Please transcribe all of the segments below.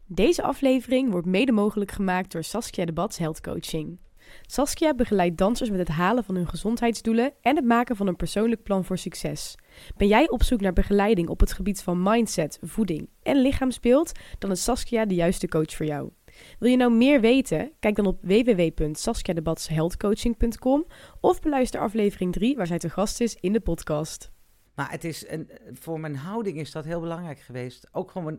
Deze aflevering wordt mede mogelijk gemaakt door Saskia de Bats Health Coaching. Saskia begeleidt dansers met het halen van hun gezondheidsdoelen en het maken van een persoonlijk plan voor succes. Ben jij op zoek naar begeleiding op het gebied van mindset, voeding en lichaamsbeeld? Dan is Saskia de juiste coach voor jou. Wil je nou meer weten? Kijk dan op www.saskiadebatshealthcoaching.com of beluister aflevering 3 waar zij te gast is in de podcast. Maar voor mijn houding is dat heel belangrijk geweest. Ook gewoon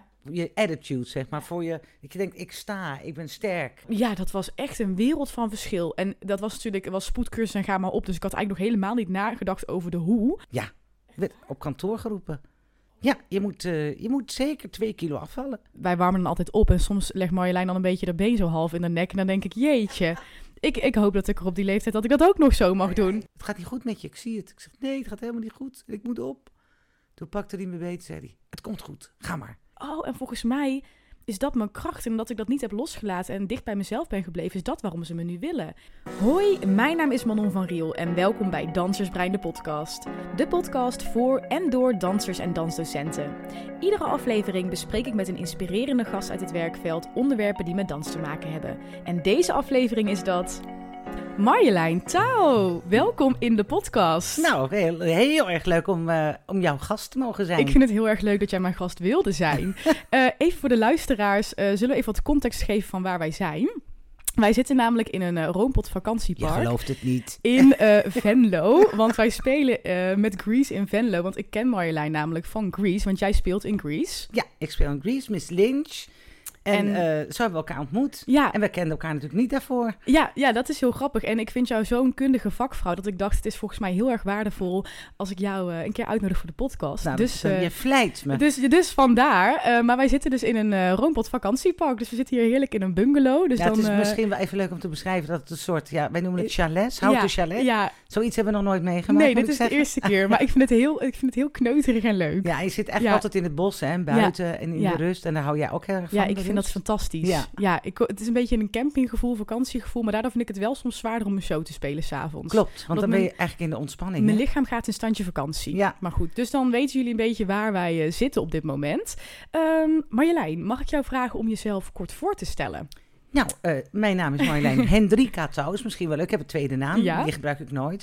je attitude, zeg maar. Voor je, ik denk, ik ben sterk. Ja, dat was echt een wereld van verschil. En dat was natuurlijk, het was spoedcursus en ga maar op. Dus ik had eigenlijk nog helemaal niet nagedacht over de hoe. Ja, werd op kantoor geroepen. Ja, je moet zeker 2 kilo afvallen. Wij warmen dan altijd op en soms legt Marjolein dan een beetje de been zo half in de nek. En dan denk ik, jeetje, ik hoop dat ik er op die leeftijd dat ik dat ook nog zo mag doen. Het gaat niet goed met je, ik zie het. Ik zeg, nee, het gaat helemaal niet goed. Ik moet op. Toen pakte hij me beet, zei hij, het komt goed, ga maar. Oh, en volgens mij is dat mijn kracht. En omdat ik dat niet heb losgelaten en dicht bij mezelf ben gebleven, is dat waarom ze me nu willen. Hoi, mijn naam is Manon van Riel en welkom bij Dansersbrein, de podcast. De podcast voor en door dansers en dansdocenten. Iedere aflevering bespreek ik met een inspirerende gast uit het werkveld onderwerpen die met dans te maken hebben. En deze aflevering is dat Marjolein Touw. Welkom in de podcast. Nou, heel erg leuk om jouw gast te mogen zijn. Ik vind het heel erg leuk dat jij mijn gast wilde zijn. Even voor de luisteraars, zullen we even wat context geven van waar wij zijn. Wij zitten namelijk in een Roompot vakantiepark. Je gelooft het niet. In Venlo, want wij spelen met Grease in Venlo. Want ik ken Marjolein namelijk van Grease, want jij speelt in Grease. Ja, ik speel in Grease, Miss Lynch. En zo hebben we elkaar ontmoet. Ja. En wij kenden elkaar natuurlijk niet daarvoor. Ja, dat is heel grappig. En ik vind jou zo'n kundige vakvrouw dat ik dacht, het is volgens mij heel erg waardevol als ik jou een keer uitnodig voor de podcast. Nou, dus je vlijt me. Dus vandaar. Maar wij zitten dus in een Roompot vakantiepark. Dus we zitten hier heerlijk in een bungalow. Dus ja, dan, het is misschien wel even leuk om te beschrijven dat het een soort, wij noemen het chalets, houten chalet. Ja. Zoiets hebben we nog nooit meegemaakt. Nee, dit is de eerste keer. Maar ik vind het heel kneuterig en leuk. Ja, je zit echt altijd in het bos en buiten en in de rust. En daar hou jij ook heel erg van. Ja, ik vind dat fantastisch. Ja, het is een beetje een campinggevoel, vakantiegevoel. Maar daardoor vind ik het wel soms zwaarder om een show te spelen 's avonds. Klopt, want dan ben je eigenlijk in de ontspanning. Mijn lichaam gaat in standje vakantie. Ja. Maar goed, dus dan weten jullie een beetje waar wij zitten op dit moment. Marjolein, mag ik jou vragen om jezelf kort voor te stellen? Nou, mijn naam is Marjolein Hendrika Touw. Is misschien wel leuk. Ik heb een tweede naam. Ja? Die gebruik ik nooit.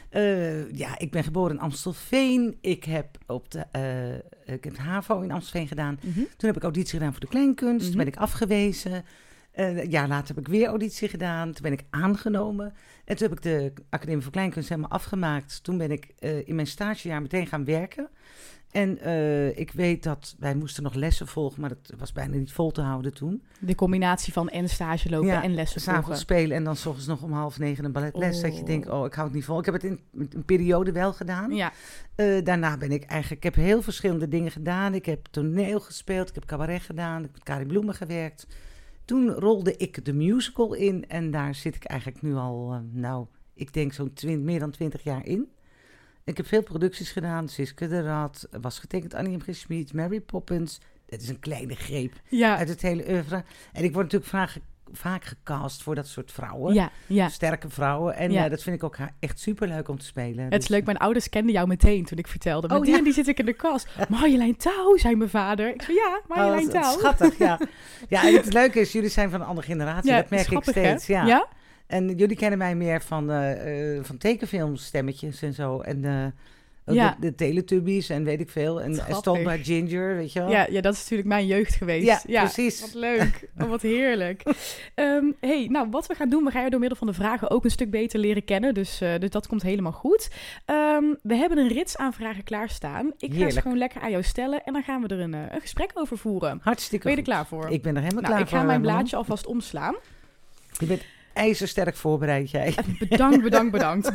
Ik ben geboren in Amstelveen. Ik heb ik heb HAVO in Amstelveen gedaan. Mm-hmm. Toen heb ik auditie gedaan voor de kleinkunst. Toen ben ik afgewezen. Een jaar later heb ik weer auditie gedaan. Toen ben ik aangenomen. En toen heb ik de Academie voor Kleinkunst helemaal afgemaakt. Toen ben ik in mijn stagejaar meteen gaan werken. En ik weet dat wij moesten nog lessen volgen, maar dat was bijna niet vol te houden toen. De combinatie van en stage lopen en lessen volgen. 'S avonds spelen en dan 's ochtends nog om 8:30 een balletles. Dat je denkt, ik hou het niet vol. Ik heb het in een periode wel gedaan. Ja. Daarna ben ik heb heel verschillende dingen gedaan. Ik heb toneel gespeeld, ik heb cabaret gedaan, ik heb met Karin Bloemen gewerkt. Toen rolde ik de musical in en daar zit ik eigenlijk nu al, ik denk zo'n meer dan 20 jaar in. Ik heb veel producties gedaan. Siske de Rad, Was getekend Annie M. G. Schmid, Mary Poppins. Dat is een kleine greep uit het hele oeuvre. En ik word natuurlijk vaak gecast voor dat soort vrouwen. Ja. Sterke vrouwen. En dat vind ik ook echt superleuk om te spelen. Het is leuk, mijn ouders kenden jou meteen toen ik vertelde. Met die en die zit ik in de kast. Marjolein Touw, zei mijn vader. Ik zei, ja, Marjolein Touw. Schattig, ja. Ja, en het leuke is, jullie zijn van een andere generatie. Dat merk ik steeds. Hè? Ja? En jullie kennen mij meer van tekenfilmstemmetjes en zo. En de Teletubbies en weet ik veel. En Stoned by Ginger, weet je wel. Ja, dat is natuurlijk mijn jeugd geweest. Ja, precies. Wat leuk. Wat heerlijk. Wat we gaan doen, we gaan je door middel van de vragen ook een stuk beter leren kennen. Dus dat komt helemaal goed. We hebben een rits aan vragen klaarstaan. Ik ga ze gewoon lekker aan jou stellen en dan gaan we er een gesprek over voeren. Hartstikke Ben je er klaar voor? Ik ben er helemaal klaar voor. Ik ga mijn blaadje alvast omslaan. Je bent ijzersterk voorbereid, jij. Bedankt.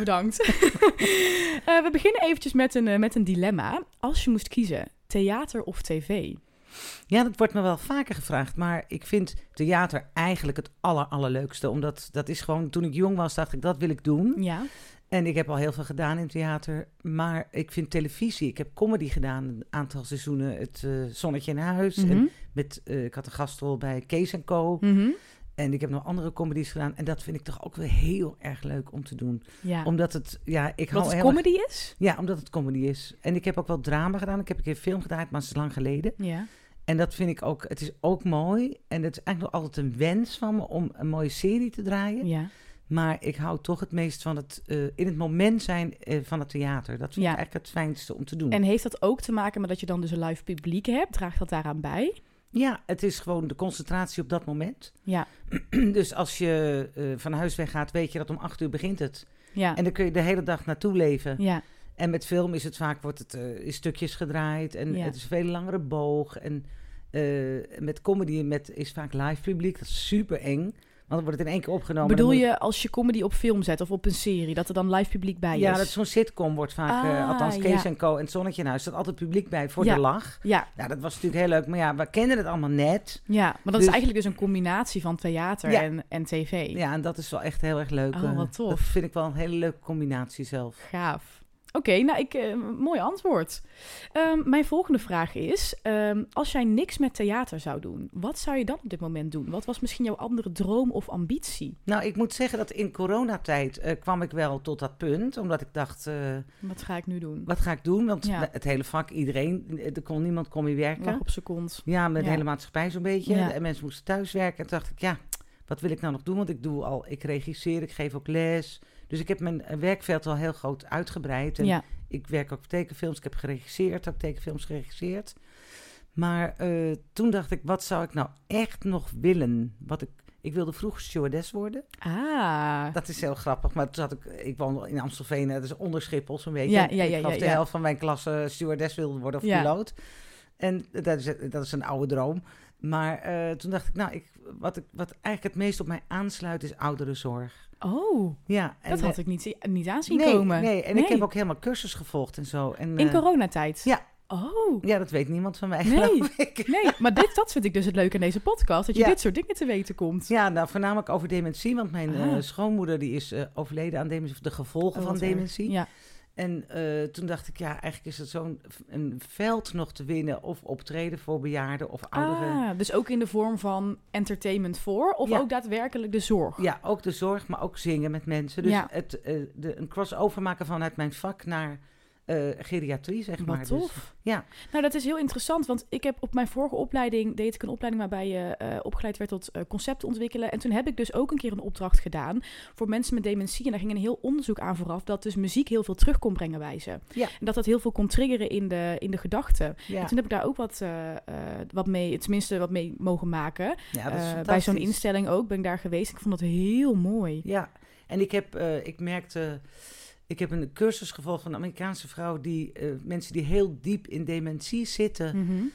We beginnen eventjes met een dilemma. Als je moest kiezen, theater of tv? Ja, dat wordt me wel vaker gevraagd. Maar ik vind theater eigenlijk het allerleukste. Omdat dat is gewoon, toen ik jong was, dacht ik, dat wil ik doen. Ja. En ik heb al heel veel gedaan in theater. Maar ik vind televisie, ik heb comedy gedaan een aantal seizoenen. Het Zonnetje in Huis. Mm-hmm. En ik had een gastrol bij Kees & Co. Mm-hmm. En ik heb nog andere comedies gedaan. En dat vind ik toch ook weer heel erg leuk om te doen. Ja. Omdat het, comedy is? Ja, omdat het comedy is. En ik heb ook wel drama gedaan. Ik heb een keer film gedaan, maar het is lang geleden. Ja. En dat vind ik ook, het is ook mooi. En het is eigenlijk nog altijd een wens van me om een mooie serie te draaien. Ja. Maar ik hou toch het meest van het in het moment zijn van het theater. Dat vind ik eigenlijk het fijnste om te doen. En heeft dat ook te maken met dat je dan dus een live publiek hebt? Draagt dat daaraan bij? Ja, het is gewoon de concentratie op dat moment. Ja. Dus als je van huis weggaat, weet je dat om 8 uur begint het. Ja. En dan kun je de hele dag naartoe leven. Ja. En met film is het vaak, wordt het in stukjes gedraaid. En het is een veel langere boog. En met comedy is vaak live publiek. Dat is super eng. Want dan wordt het in één keer opgenomen. Bedoel je als je comedy op film zet of op een serie, dat er dan live publiek bij is? Ja, dat zo'n sitcom wordt vaak, althans Kees en Co. en het Zonnetje in Huis, staat altijd publiek bij voor de lach. Ja. Nou, dat was natuurlijk heel leuk, maar ja, we kennen het allemaal net. Ja, maar dat is eigenlijk dus een combinatie van theater en tv. Ja, en dat is wel echt heel erg leuk. Oh, wat tof. Dat vind ik wel een hele leuke combinatie zelf. Gaaf. Oké, nou, mooi antwoord. Mijn volgende vraag is, als jij niks met theater zou doen, wat zou je dan op dit moment doen? Wat was misschien jouw andere droom of ambitie? Nou, ik moet zeggen dat in coronatijd kwam ik wel tot dat punt, omdat ik dacht... wat ga ik nu doen? Wat ga ik doen? Want het hele vak, iedereen, niemand kon meer werken. Lag op z'n kont. Ja, met de hele maatschappij zo'n beetje. Ja. En mensen moesten thuiswerken. En toen dacht ik, wat wil ik nou nog doen? Want ik regisseer, ik geef ook les. Dus ik heb mijn werkveld al heel groot uitgebreid. En ik werk ook op tekenfilms. Ik heb geregisseerd, ook tekenfilms geregisseerd. Maar toen dacht ik, wat zou ik nou echt nog willen? Ik wilde vroeger stewardess worden. Ah. Dat is heel grappig. Maar toen ik woonde in Amstelveen, dat is onder Schiphol zo'n beetje. Ik geloof de helft van mijn klasse stewardess wilde worden of piloot. En dat is een oude droom. Maar toen dacht ik, wat eigenlijk het meest op mij aansluit is ouderenzorg. Oh, ja, en dat had ik niet aanzien komen. Nee, en ik heb ook helemaal cursus gevolgd en zo. En, in coronatijd? Ja. Oh. Ja, dat weet niemand van mij, geloof ik. Nee, maar dat vind ik dus het leuke aan deze podcast. Dat je dit soort dingen te weten komt. Ja, nou, voornamelijk over dementie. Want mijn schoonmoeder die is overleden aan dementie. Of de gevolgen van dementie. Ja. En toen dacht ik, eigenlijk is het zo'n veld nog te winnen of optreden voor bejaarden of ouderen. Dus ook in de vorm van entertainment of ook daadwerkelijk de zorg? Ja, ook de zorg, maar ook zingen met mensen. Dus een crossover maken vanuit mijn vak naar geriatrie, zeg maar. Wat tof. Dus, nou, dat is heel interessant, want ik heb op mijn vorige opleiding, deed ik een opleiding waarbij je opgeleid werd tot concepten ontwikkelen. En toen heb ik dus ook een keer een opdracht gedaan voor mensen met dementie. En daar ging een heel onderzoek aan vooraf, dat dus muziek heel veel terug kon brengen bij ze. Ja. En dat heel veel kon triggeren in de gedachten. Ja. En toen heb ik daar ook wat mee mogen maken. Ja, dat is bij zo'n instelling ook, ben ik daar geweest. Ik vond dat heel mooi. Ja, en ik merkte... Ik heb een cursus gevolgd van een Amerikaanse vrouw mensen die heel diep in dementie zitten,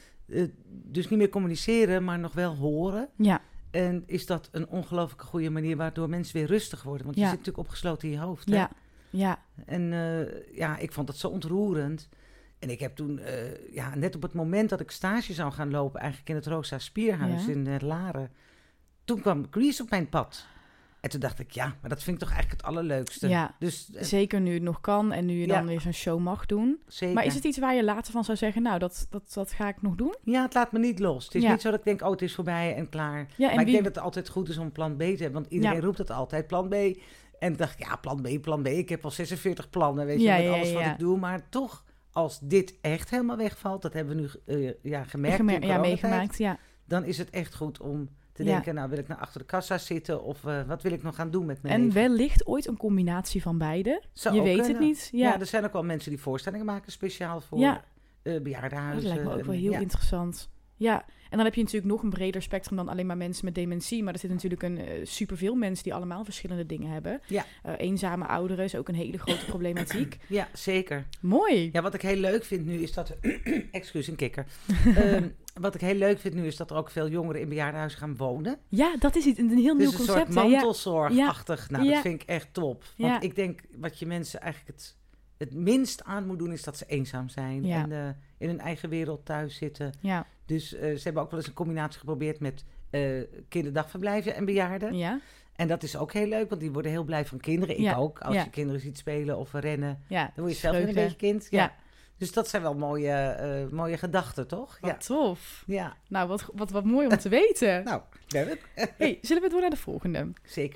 dus niet meer communiceren, maar nog wel horen. Ja. En is dat een ongelooflijke goede manier waardoor mensen weer rustig worden? Want je zit natuurlijk opgesloten in je hoofd. Hè? Ja. En ik vond dat zo ontroerend. En ik heb toen, net op het moment dat ik stage zou gaan lopen, eigenlijk in het Rosa Spierhuis in Laren, toen kwam Grease op mijn pad. En toen dacht ik, maar dat vind ik toch eigenlijk het allerleukste. Ja, dus, zeker nu het nog kan en nu je dan weer zo'n show mag doen. Zeker. Maar is het iets waar je later van zou zeggen, nou, dat ga ik nog doen? Ja, het laat me niet los. Het is niet zo dat ik denk, het is voorbij en klaar. Ja, maar ik denk dat het altijd goed is om plan B te hebben. Want iedereen roept het altijd, plan B. En toen dacht ik, plan B. Ik heb al 46 plannen, weet je, met alles wat ik doe. Maar toch, als dit echt helemaal wegvalt, dat hebben we nu gemerkt meegemaakt, dan is het echt goed om te denken, nou wil ik naar achter de kassa zitten of wat wil ik nog gaan doen met mijn leven? En wellicht ooit een combinatie van beide. Je weet het niet. Ja, er zijn ook wel mensen die voorstellingen maken speciaal voor bejaardenhuizen. Dat lijkt me ook wel heel interessant. Ja, en dan heb je natuurlijk nog een breder spectrum dan alleen maar mensen met dementie. Maar er zitten natuurlijk superveel mensen die allemaal verschillende dingen hebben. Ja. Eenzame ouderen is ook een hele grote problematiek. Ja, zeker. Mooi. Ja, wat ik heel leuk vind nu is dat... Excuus, een kikker. Wat ik heel leuk vind nu is dat er ook veel jongeren in bejaardenhuizen gaan wonen. Ja, dat is een heel nieuw concept. Een soort mantelzorgachtig. Ja. Nou, dat vind ik echt top. Want ik denk, wat je mensen eigenlijk het minst aan moet doen, is dat ze eenzaam zijn. Ja. En in hun eigen wereld thuis zitten. Ja. Dus ze hebben ook wel eens een combinatie geprobeerd met kinderdagverblijven en bejaarden. Ja. En dat is ook heel leuk, want die worden heel blij van kinderen. Ik ook. Als je kinderen ziet spelen of rennen, dan word je zelf weer een beetje kind. Ja. Dus dat zijn wel mooie gedachten, toch? Wat tof. Ja. Nou, wat mooi om te weten. Nou, leuk. Hey, zullen we door naar de volgende? Zeker.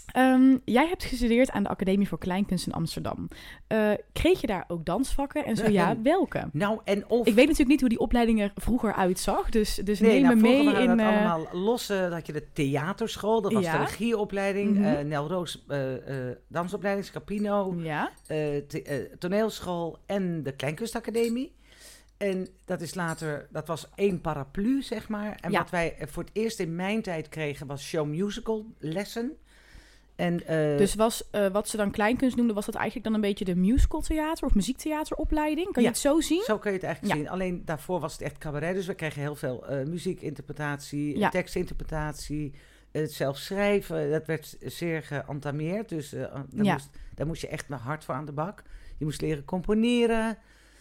Jij hebt gestudeerd aan de Academie voor Kleinkunst in Amsterdam. Kreeg je daar ook dansvakken? En zo ja, welke? Nou, Ik weet natuurlijk niet hoe die opleiding er vroeger uitzag. Dus nee, neem me mee waren in... dat allemaal los. Dat had je de theaterschool, dat was de regieopleiding. Nel Roos, dansopleiding, Scapino. Ja. Toneelschool en de Kleinkunstacademie. En dat is later, dat was één paraplu, zeg maar. En wat wij voor het eerst in mijn tijd kregen was show musical lessen. En, dus wat ze dan kleinkunst noemden, was dat eigenlijk dan een beetje de musicaltheater of muziektheateropleiding? Kan je het zo zien? Zo kun je het eigenlijk zien. Alleen daarvoor was het echt cabaret. Dus we kregen heel veel muziekinterpretatie, tekstinterpretatie, het zelf schrijven. Dat werd zeer geëntameerd. Dus daar moest je echt met hard voor aan de bak. Je moest leren componeren.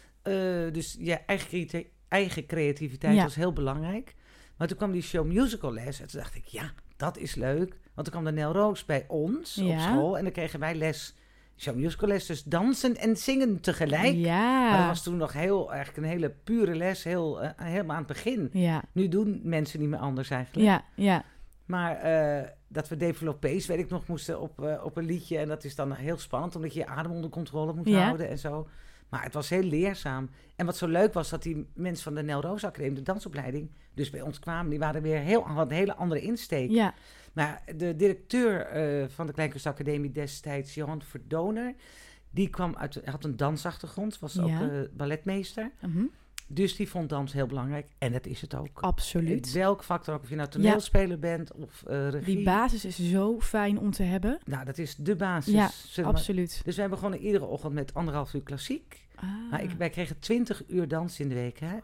Dus je eigen creativiteit was heel belangrijk. Maar toen kwam die show musical les. En toen dacht ik, dat is leuk. Want toen kwam de Nel Roos bij ons op school. En dan kregen wij show musical les. Dus dansen en zingen tegelijk. Ja. Maar dat was toen nog eigenlijk een hele pure les. Helemaal aan het begin. Ja. Nu doen mensen niet meer anders eigenlijk. Ja. Maar dat we developés, weet ik nog, moesten op een liedje. En dat is dan heel spannend, omdat je je adem onder controle moet houden en zo. Maar het was heel leerzaam. En wat zo leuk was, dat die mensen van de Nel Roos Academie, de dansopleiding, dus bij ons kwamen, die waren weer een hele andere insteek. Ja. Maar de directeur van de Kleinkunstacademie destijds, Johan Verdoner, die had een dansachtergrond, was ook balletmeester. Dus die vond dans heel belangrijk. En dat is het ook. Absoluut. Welk vak dan ook, of je nou toneelspeler bent of regie. Die basis is zo fijn om te hebben. Nou, dat is de basis. Ja, absoluut. Dus wij begonnen iedere ochtend met 1,5 uur klassiek. Maar wij kregen 20 uur dans in de week, hè?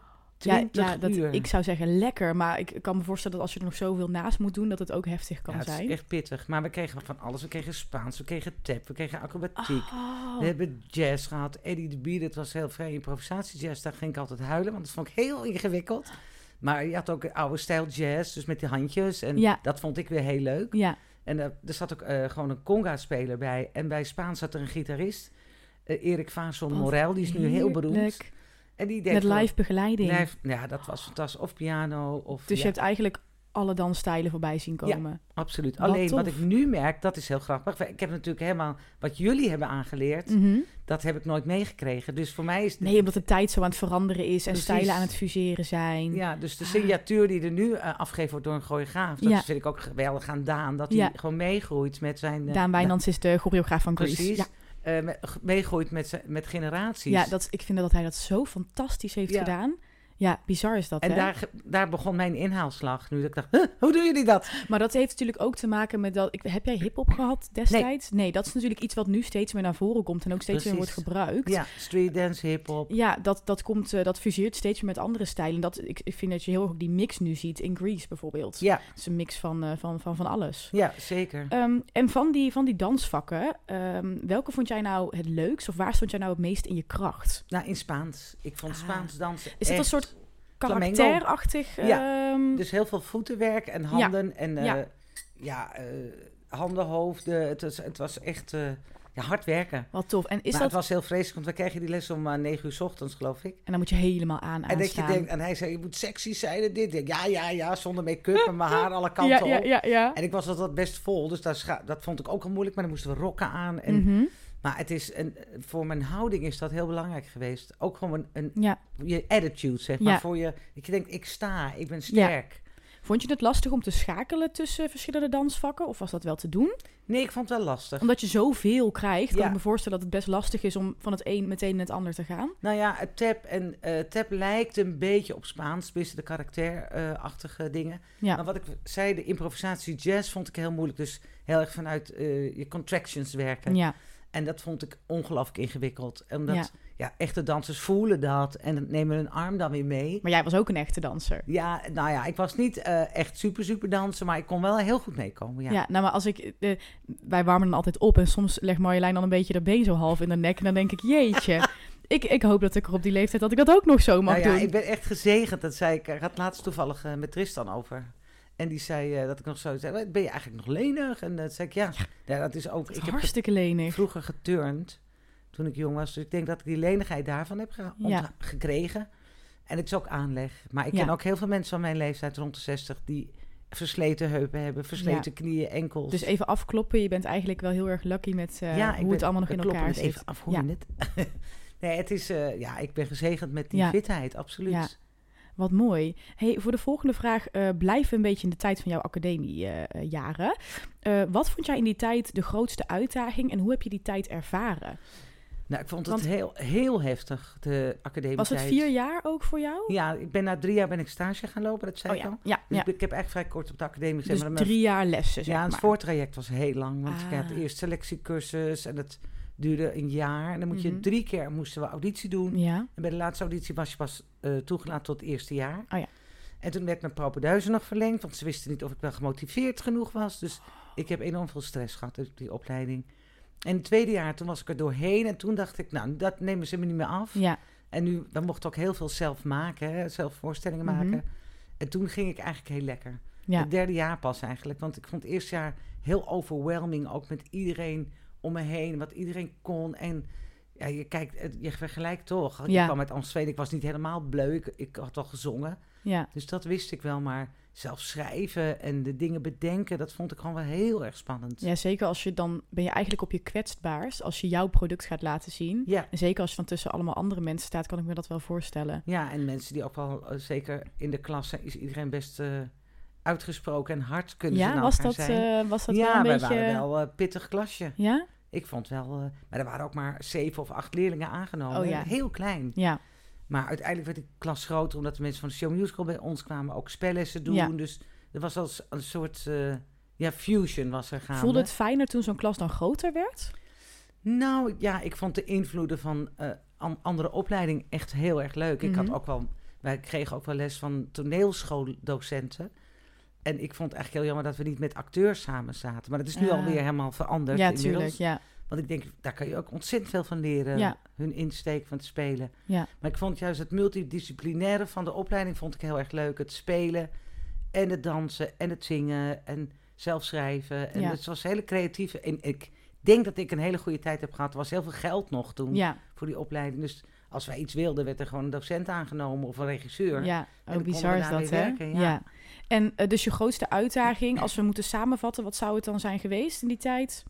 20 uur. Ik zou zeggen lekker, maar ik kan me voorstellen dat als je er nog zoveel naast moet doen, dat het ook heftig kan zijn. Ja, het is echt pittig. Maar we kregen van alles. We kregen Spaans, we kregen tap, we kregen acrobatiek. We hebben jazz gehad. Eddie de Bier, dat was heel vrij improvisatiejazz. Daar ging ik altijd huilen, want dat vond ik heel ingewikkeld. Maar je had ook oude stijl jazz, dus met die handjes. En dat vond ik weer heel leuk. Ja. En er zat ook gewoon een conga-speler bij. En bij Spaans zat er een gitarist, Erik Vaasson Morel, die is nu heel beroemd. En die deed met live begeleiding. Ja, dat was fantastisch. Of piano. Dus je hebt eigenlijk alle dansstijlen voorbij zien komen. Ja, absoluut. Alleen wat ik nu merk, dat is heel grappig. Ik heb natuurlijk helemaal wat jullie hebben aangeleerd. Dat heb ik nooit meegekregen. Dus voor mij is... Nee, omdat de tijd zo aan het veranderen is en stijlen aan het fuseren zijn. Ja, dus de signatuur die er nu afgegeven wordt door een choreograaf. Dat vind ik ook geweldig aan Daan. Dat hij gewoon meegroeit met zijn... Daan Wijnands is de choreograaf van Grease. Precies. Ja. Meegroeit met generaties. Ja, ik vind dat hij dat zo fantastisch heeft gedaan. Ja, bizar is dat, en hè? daar begon mijn inhaalslag. Nu dat ik dacht, hoe doen jullie dat? Maar dat heeft natuurlijk ook te maken met dat... Heb jij hiphop gehad destijds? Nee, dat is natuurlijk iets wat nu steeds meer naar voren komt en ook steeds meer wordt gebruikt. Ja, street dance, hiphop. Ja, dat fuseert steeds meer met andere stijlen. Ik vind dat je heel erg die mix nu ziet in Grease bijvoorbeeld. Ja. Het is een mix van alles. Ja, zeker. En van die dansvakken, welke vond jij nou het leukst? Of waar stond jij nou het meest in je kracht? Nou, in Spaans. Ik vond Spaans dansen Is dat een soort karakterachtig? Dus heel veel voetenwerk en handen en handen, hoofden. Het was echt hard werken. Wat tof. En het was heel vreselijk, want we kregen die les om 9 uur 's ochtends, geloof ik. En dan moet je helemaal aanstaan. En hij zei, je moet sexy zijn en dit. Ja, zonder make-up en mijn haar alle kanten op. Ja. En ik was altijd best vol, dus dat vond ik ook al moeilijk. Maar dan moesten we rokken aan. En, Maar het is voor mijn houding is dat heel belangrijk geweest. Ook gewoon je attitude, zeg maar. Voor je, ik denk, ik ben sterk. Ja. Vond je het lastig om te schakelen tussen verschillende dansvakken? Of was dat wel te doen? Nee, ik vond het wel lastig. Omdat je zoveel krijgt, kan ik me voorstellen dat het best lastig is om van het een meteen in het ander te gaan. Nou ja, het tap lijkt een beetje op Spaans, tussen de karakterachtige dingen. Ja. Maar wat ik zei, de improvisatie jazz vond ik heel moeilijk. Dus heel erg vanuit je contractions werken. Ja. En dat vond ik ongelooflijk ingewikkeld. Omdat echte dansers voelen dat en nemen hun arm dan weer mee. Maar jij was ook een echte danser. Ja, nou ja, ik was niet echt super danser, maar ik kon wel heel goed meekomen. Ja, nou maar wij warmen dan altijd op en soms legt Marjolein dan een beetje de been zo half in de nek en dan denk ik, jeetje. Ik hoop dat ik er op die leeftijd dat ik dat ook nog zo mag doen. Ik ben echt gezegend, dat zei ik. Ik had laatst toevallig met Tristan over. En die zei dat ik nog zo zei, ben je eigenlijk nog lenig? En dat zei ik, ja dat is ook... Ik heb hartstikke lenig. Vroeger geturnd, toen ik jong was. Dus ik denk dat ik die lenigheid daarvan heb gekregen. En het is ook aanleg. Maar ik ken ook heel veel mensen van mijn leeftijd, rond de 60, die versleten heupen hebben, versleten knieën, enkels. Dus even afkloppen, je bent eigenlijk wel heel erg lucky met hoe het allemaal nog in elkaar zit. Even af, hoe je het. Nee, het is, ik ben gezegend met die fitheid, absoluut. Ja. Wat mooi. Hey, voor de volgende vraag blijven we een beetje in de tijd van jouw academiejaren. Wat vond jij in die tijd de grootste uitdaging en hoe heb je die tijd ervaren? Nou, ik vond het heel heftig, de academietijd. Was het 4 jaar ook voor jou? Ja, na 3 jaar stage gaan lopen, dat zei ik al. Ja, dus ik heb eigenlijk vrij kort op de academie gezeten. Dus 3 jaar lessen, zeg maar. Ja, het voortraject was heel lang, want ik had eerst selectiecursus en dat duurde een jaar. En dan moet je 3 keer moesten we auditie doen. Ja. En bij de laatste auditie was je pas toegelaten tot het eerste jaar. Oh ja. En toen werd mijn propedeuse nog verlengd, want ze wisten niet of ik wel gemotiveerd genoeg was. Dus ik heb enorm veel stress gehad op die opleiding. En het tweede jaar, toen was ik er doorheen en toen dacht ik, nou, dat nemen ze me niet meer af. Ja. En nu, we mochten ook heel veel zelf maken, zelf voorstellingen maken. En toen ging ik eigenlijk heel lekker. Ja. Het 3e jaar pas eigenlijk, want ik vond het eerste jaar heel overwhelming, ook met iedereen om me heen, wat iedereen kon. En ja, je vergelijkt toch. Ik kwam uit Amstelveen, ik was niet helemaal bleu, ik had al gezongen. Ja. Dus dat wist ik wel, maar zelf schrijven en de dingen bedenken, dat vond ik gewoon wel heel erg spannend. Ja, zeker als je dan ben je eigenlijk op je kwetsbaarst als je jouw product gaat laten zien. Ja. En zeker als je dan tussen allemaal andere mensen staat, kan ik me dat wel voorstellen. Ja, en mensen die ook wel, zeker in de klas, is iedereen best uitgesproken en hard kunnen ze naar elkaar zijn. Was dat wel een beetje... Ja, wij waren wel pittig klasje. Ja? Ik vond wel... maar er waren ook maar 7 of 8 leerlingen aangenomen. Oh, ja. Heel klein. Ja. Maar uiteindelijk werd die klas groter, omdat de mensen van de Show Musical bij ons kwamen ook spellessen doen. Ja. Dus er was als een soort fusion was er gaande. Voelde het fijner toen zo'n klas dan groter werd? Nou ja, ik vond de invloeden van andere opleiding echt heel erg leuk. Wij kregen ook wel les van toneelschooldocenten. En ik vond het eigenlijk heel jammer dat we niet met acteurs samen zaten. Maar dat is nu alweer helemaal veranderd. Ja, tuurlijk, ja. Want ik denk, daar kan je ook ontzettend veel van leren. Ja. Hun insteek van het spelen. Ja. Maar ik vond juist het multidisciplinaire van de opleiding vond ik heel erg leuk. Het spelen en het dansen en het zingen en zelf schrijven. En het was hele creatieve. En ik denk dat ik een hele goede tijd heb gehad. Er was heel veel geld nog toen voor die opleiding. Dus als wij iets wilden, werd er gewoon een docent aangenomen of een regisseur. Ja, ook bizar is dat, hè? Werken, ja. En dus je grootste uitdaging, als we moeten samenvatten, wat zou het dan zijn geweest in die tijd?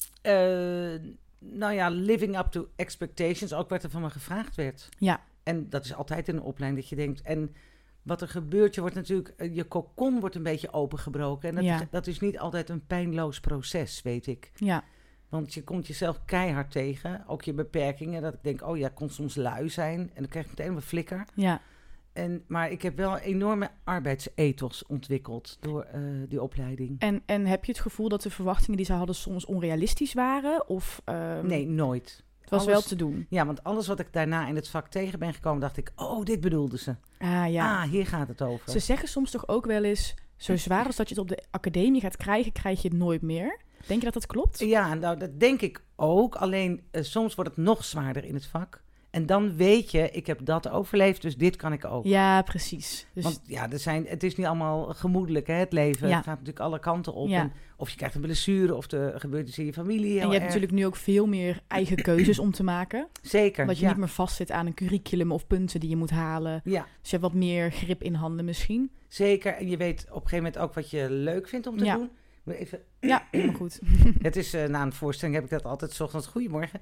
Living up to expectations, ook wat er van me gevraagd werd. Ja. En dat is altijd in een opleiding dat je denkt, en wat er gebeurt, je cocon wordt een beetje opengebroken. En dat is niet altijd een pijnloos proces, weet ik. Ja. Want je komt jezelf keihard tegen, ook je beperkingen. Dat ik denk, ik kon soms lui zijn. En dan krijg ik meteen een flikker. Ja. Maar ik heb wel een enorme arbeidsethos ontwikkeld door die opleiding. En heb je het gevoel dat de verwachtingen die ze hadden soms onrealistisch waren? Of, Nee, nooit. Het was wel te doen. Ja, want alles wat ik daarna in het vak tegen ben gekomen, dacht ik, dit bedoelden ze. Hier gaat het over. Ze zeggen soms toch ook wel eens, zo zwaar als dat je het op de academie gaat krijgen, krijg je het nooit meer. Denk je dat dat klopt? Ja, nou, dat denk ik ook. Alleen soms wordt het nog zwaarder in het vak. En dan weet je, ik heb dat overleefd, dus dit kan ik ook. Ja, precies. Dus... Want het is niet allemaal gemoedelijk, hè, het leven. Ja. Het gaat natuurlijk alle kanten op. Ja. Of je krijgt een blessure, of er gebeurt iets in je familie. En je hebt natuurlijk nu ook veel meer eigen keuzes om te maken. Zeker, dat je niet meer vastzit aan een curriculum of punten die je moet halen. Ja. Dus je hebt wat meer grip in handen misschien. Zeker, en je weet op een gegeven moment ook wat je leuk vindt om te doen. Even... Ja, helemaal goed. Het is na een voorstelling heb ik dat altijd 's ochtends. Goedemorgen.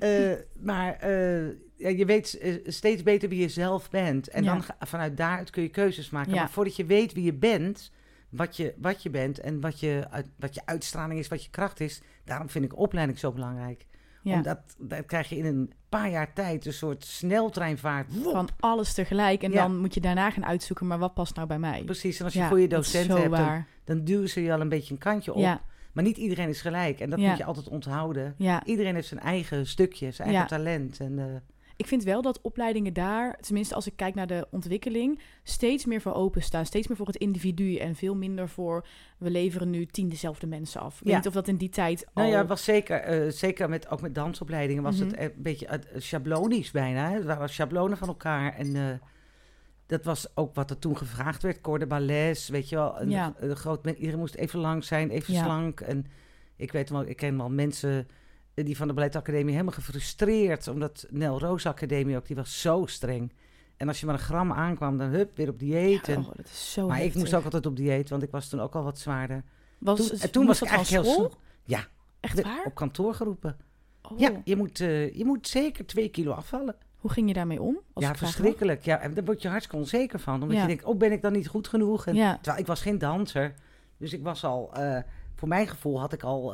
Je weet steeds beter wie je zelf bent. En dan vanuit daaruit kun je keuzes maken. Ja. Maar voordat je weet wie je bent, wat je bent en wat je uitstraling is, wat je kracht is. Daarom vind ik opleiding zo belangrijk. Ja. Omdat dat krijg je in een paar jaar tijd een soort sneltreinvaart. Van alles tegelijk. En dan moet je daarna gaan uitzoeken, maar wat past nou bij mij? Precies, en als je goede docenten hebt, dan duwen ze je al een beetje een kantje op. Ja. Maar niet iedereen is gelijk. En dat moet je altijd onthouden. Ja. Iedereen heeft zijn eigen stukje, zijn eigen talent. En, ik vind wel dat opleidingen daar, tenminste als ik kijk naar de ontwikkeling, steeds meer voor openstaan. Steeds meer voor het individu en veel minder voor, we leveren nu 10 dezelfde mensen af. Ik weet niet of dat in die tijd al... Nou ja, het was zeker ook met dansopleidingen was het een beetje schablonisch bijna. Het waren schablonen van elkaar en... dat was ook wat er toen gevraagd werd. Corps de ballet, weet je wel. Iedereen moest even lang zijn, even slank. En ik ken wel mensen die van de balletacademie helemaal gefrustreerd. Omdat Nel Roos Academie ook, die was zo streng. En als je maar een gram aankwam, dan weer op dieet. Ja, dat is zo maar heftig. ik moest ook altijd op dieet, want ik was toen ook al wat zwaarder. Toen was ik ik eigenlijk heel snel. Ja. Echt waar? Op kantoor geroepen. Oh. Ja, je moet zeker 2 kilo afvallen. Hoe ging je daarmee om? Ja, verschrikkelijk. Ja, en daar word je hartstikke onzeker van. Omdat je denkt, ben ik dan niet goed genoeg? En, terwijl ik was geen danser. Dus ik was al, voor mijn gevoel had ik al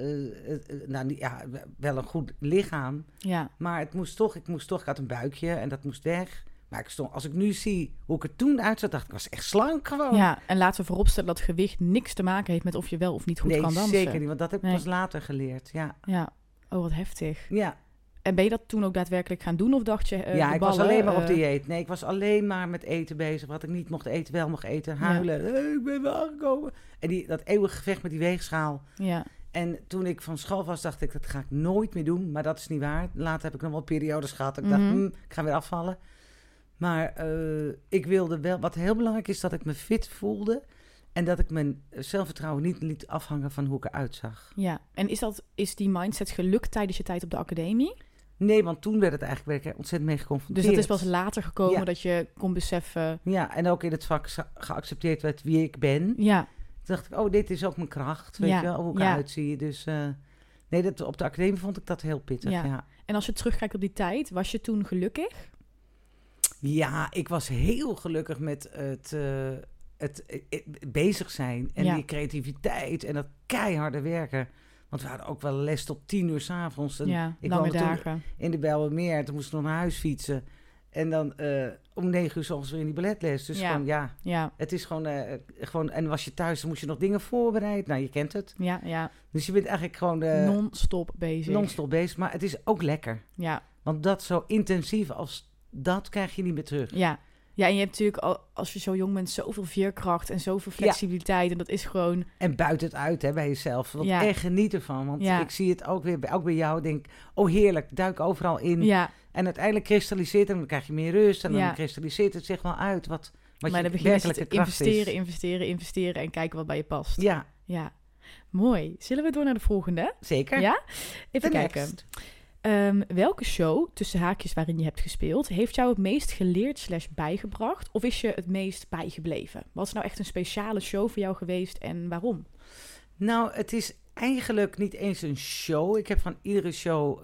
wel een goed lichaam. Ja. Maar ik had een buikje en dat moest weg. Maar als ik nu zie hoe ik er toen uitzag, dacht ik was echt slank gewoon. Ja, en laten we vooropstellen dat gewicht niks te maken heeft met of je wel of niet goed kan dansen. Nee, zeker niet, want dat heb ik pas later geleerd, Ja, oh wat heftig. Ja. En ben je dat toen ook daadwerkelijk gaan doen of dacht je ik was alleen maar op dieet. Nee, ik was alleen maar met eten bezig. Wat ik niet mocht eten, wel mocht eten. Huilen, ik ben wel aangekomen. En dat eeuwige gevecht met die weegschaal. Ja. En toen ik van school was, dacht ik, dat ga ik nooit meer doen. Maar dat is niet waar. Later heb ik nog wel periodes gehad. Dat ik dacht, ik ga weer afvallen. Maar ik wilde wel... Wat heel belangrijk is, dat ik me fit voelde. En dat ik mijn zelfvertrouwen niet liet afhangen van hoe ik eruit zag. Ja, en is die mindset gelukt tijdens je tijd op de academie? Nee, want toen werd ik ontzettend mee geconfronteerd. Dus dat is pas later gekomen dat je kon beseffen... Ja, en ook in het vak geaccepteerd werd wie ik ben. Ja. Toen dacht ik, dit is ook mijn kracht. Weet je wel, hoe ik eruit zie. Dus op de academie vond ik dat heel pittig, ja. En als je terugkijkt op die tijd, was je toen gelukkig? Ja, ik was heel gelukkig met het bezig zijn. En die creativiteit en dat keiharde werken. Want we hadden ook wel les tot 10:00 'avonds. Ik lange dagen. In de Bijlmermeer. Toen moest ik nog naar huis fietsen. En dan om 9:00 's ochtends weer in die balletles. Dus het is gewoon... En was je thuis, dan moest je nog dingen voorbereiden. Nou, je kent het. Ja. Dus je bent eigenlijk gewoon... non-stop bezig. Maar het is ook lekker. Ja. Want dat zo intensief als dat krijg je niet meer terug. Ja. Ja, en je hebt natuurlijk, als je zo jong bent, zoveel veerkracht en zoveel flexibiliteit. En dat is gewoon... En buiten het uit bij jezelf. Want echt geniet ervan. Want ik zie het ook weer ook bij jou. Denk, heerlijk, duik overal in. Ja. En uiteindelijk kristalliseert het. En dan krijg je meer rust. En dan kristalliseert het zich wel uit wat maar je dan begin werkelijke je kracht is. Investeren en kijken wat bij je past. Ja. Mooi. Zullen we door naar de volgende? Zeker. Ja? Even kijken. Welke show, tussen haakjes waarin je hebt gespeeld, heeft jou het meest geleerd / bijgebracht? Of is je het meest bijgebleven? Wat is nou echt een speciale show voor jou geweest en waarom? Nou, het is eigenlijk niet eens een show. Ik heb van iedere show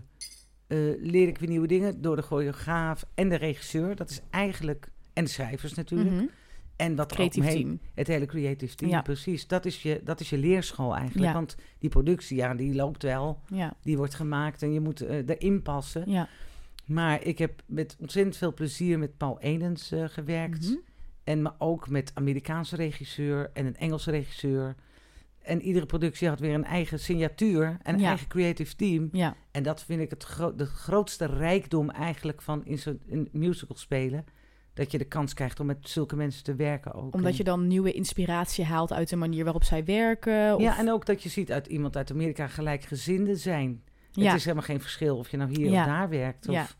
leer ik weer nieuwe dingen door de choreograaf en de regisseur. Dat is eigenlijk... En de schrijvers natuurlijk. Mm-hmm. En wat creatief team. Het hele creative team, precies. Dat is je leerschool eigenlijk. Ja. Want die productie, die loopt wel. Ja. Die wordt gemaakt en je moet erin passen. Ja. Maar ik heb met ontzettend veel plezier met Paul Enens gewerkt. Mm-hmm. Maar ook met Amerikaanse regisseur en een Engelse regisseur. En iedere productie had weer een eigen signatuur en een eigen creative team. Ja. En dat vind ik de grootste rijkdom eigenlijk van in zo'n musical spelen. Dat je de kans krijgt om met zulke mensen te werken ook. Omdat je dan nieuwe inspiratie haalt uit de manier waarop zij werken? Of... Ja, en ook dat je ziet uit iemand uit Amerika gelijkgezinden zijn. Ja. Het is helemaal geen verschil of je nou hier of daar werkt. Of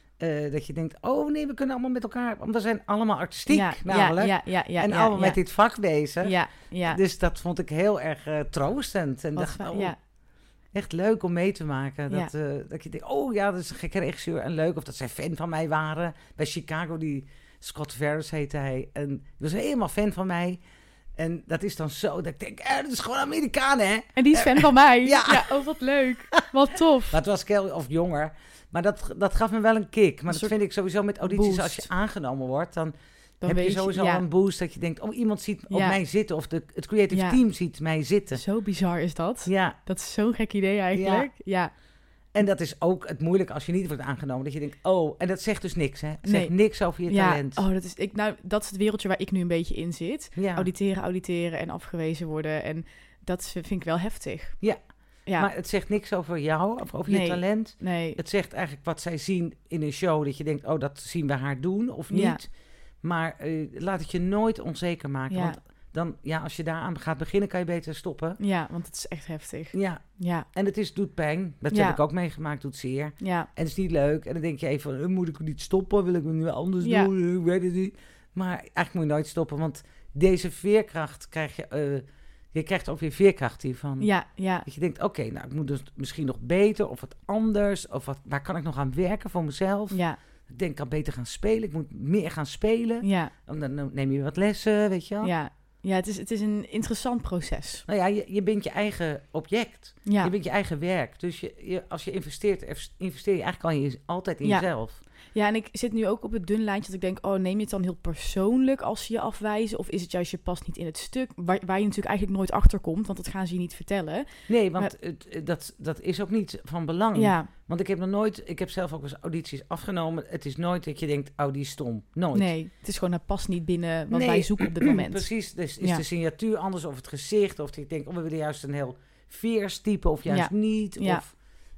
dat je denkt, we kunnen allemaal met elkaar... Want we zijn allemaal artistiek namelijk. En allemaal met dit vak bezig. Ja. Dus dat vond ik heel erg troostend. En dacht, echt leuk om mee te maken. Dat je denkt, dat is een gekke regisseur en leuk. Of dat zij fan van mij waren. Bij Chicago, Scott Ferris heette hij. En die was helemaal fan van mij. En dat is dan zo dat ik denk, dat is gewoon Amerikaan, hè? En die is fan van mij. Ja, wat leuk. Wat tof. Dat was of jonger. Maar dat gaf me wel een kick. Maar dat vind ik sowieso met audities. Boost. Als je aangenomen wordt, dan heb je sowieso een boost. Dat je denkt, iemand ziet op mij zitten. Of het creative team ziet mij zitten. Zo bizar is dat. Ja. Dat is zo'n gek idee eigenlijk. Ja. En dat is ook het moeilijke als je niet wordt aangenomen. Dat je denkt, en dat zegt dus niks, hè? Het zegt niks over je talent. Dat is het wereldje waar ik nu een beetje in zit. Ja. Auditeren en afgewezen worden. En dat vind ik wel heftig. Ja. Maar het zegt niks over jou of over je talent. Nee. Het zegt eigenlijk wat zij zien in een show. Dat je denkt, dat zien we haar doen of niet. Ja. Maar laat het je nooit onzeker maken. Ja. Want dan, als je daaraan gaat beginnen, kan je beter stoppen. Ja, want het is echt heftig. Ja. En het doet pijn. Dat heb ik ook meegemaakt, doet zeer. Ja. En het is niet leuk. En dan denk je even, moet ik niet stoppen? Wil ik het nu anders doen? Ik weet het niet. Maar eigenlijk moet je nooit stoppen. Want deze veerkracht krijg je... je krijgt ook weer veerkracht hiervan. Ja. Dat je denkt, ik moet dus misschien nog beter of wat anders. Of waar kan ik nog aan werken voor mezelf? Ja. Ik denk, ik kan beter gaan spelen. Ik moet meer gaan spelen. Ja. Dan neem je wat lessen, weet je wel. Ja, het is een interessant proces. Nou ja, je bent je eigen object. Ja. Je bent je eigen werk. Dus als je investeert, investeer je eigenlijk altijd in jezelf. Ja, en ik zit nu ook op het dun lijntje dat ik denk, neem je het dan heel persoonlijk als ze je afwijzen? Of is het juist je past niet in het stuk, waar je natuurlijk eigenlijk nooit achter komt, want dat gaan ze je niet vertellen. Nee, want dat is ook niet van belang. Ja. Want ik heb zelf ook eens audities afgenomen. Het is nooit dat je denkt, die is stom. Nooit. Nee, het is gewoon, dat past niet binnen wat wij zoeken op dit moment. Precies, dus is de signatuur anders of het gezicht. Of ik denk, we willen juist een heel fierce type of juist niet. Ja. Of,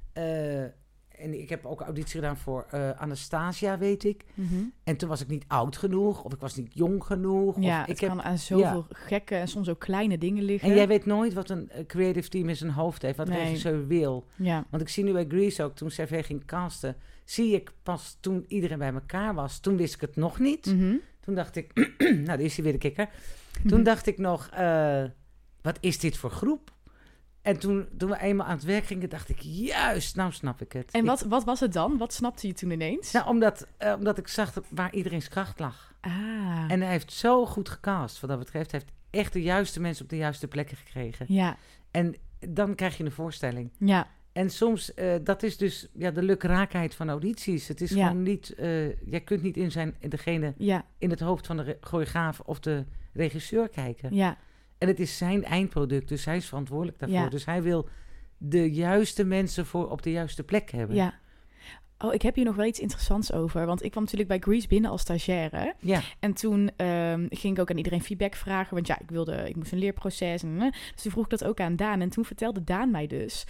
en ik heb ook auditie gedaan voor Anastasia, weet ik. Mm-hmm. En toen was ik niet oud genoeg of ik was niet jong genoeg. Ja, of het kan aan zoveel gekke en soms ook kleine dingen liggen. En jij weet nooit wat een creative team in zijn hoofd heeft, wat de regisseur wil. Ja. Want ik zie nu bij Grease ook, toen Servé ging casten, zie ik pas toen iedereen bij elkaar was. Toen wist ik het nog niet. Mm-hmm. Toen dacht ik, nou, daar is hij weer de kikker. Toen dacht ik nog, wat is dit voor groep? En toen we eenmaal aan het werk gingen, dacht ik, juist, nou snap ik het. En wat was het dan? Wat snapte je toen ineens? Nou, omdat ik zag waar iedereen's kracht lag. Ah. En hij heeft zo goed gecast, wat dat betreft. Hij heeft echt de juiste mensen op de juiste plekken gekregen. Ja. En dan krijg je een voorstelling. Ja. En soms, dat is dus de lukraakheid van audities. Het is gewoon niet, jij kunt niet in het hoofd van de choreograaf of de regisseur kijken. Ja. En het is zijn eindproduct, dus hij is verantwoordelijk daarvoor. Ja. Dus hij wil de juiste mensen op de juiste plek hebben. Ja. Oh, ik heb hier nog wel iets interessants over. Want ik kwam natuurlijk bij Grease binnen als stagiaire. Ja. En toen ging ik ook aan iedereen feedback vragen. Want ik moest een leerproces. Dus toen vroeg ik dat ook aan Daan. En toen vertelde Daan mij dus...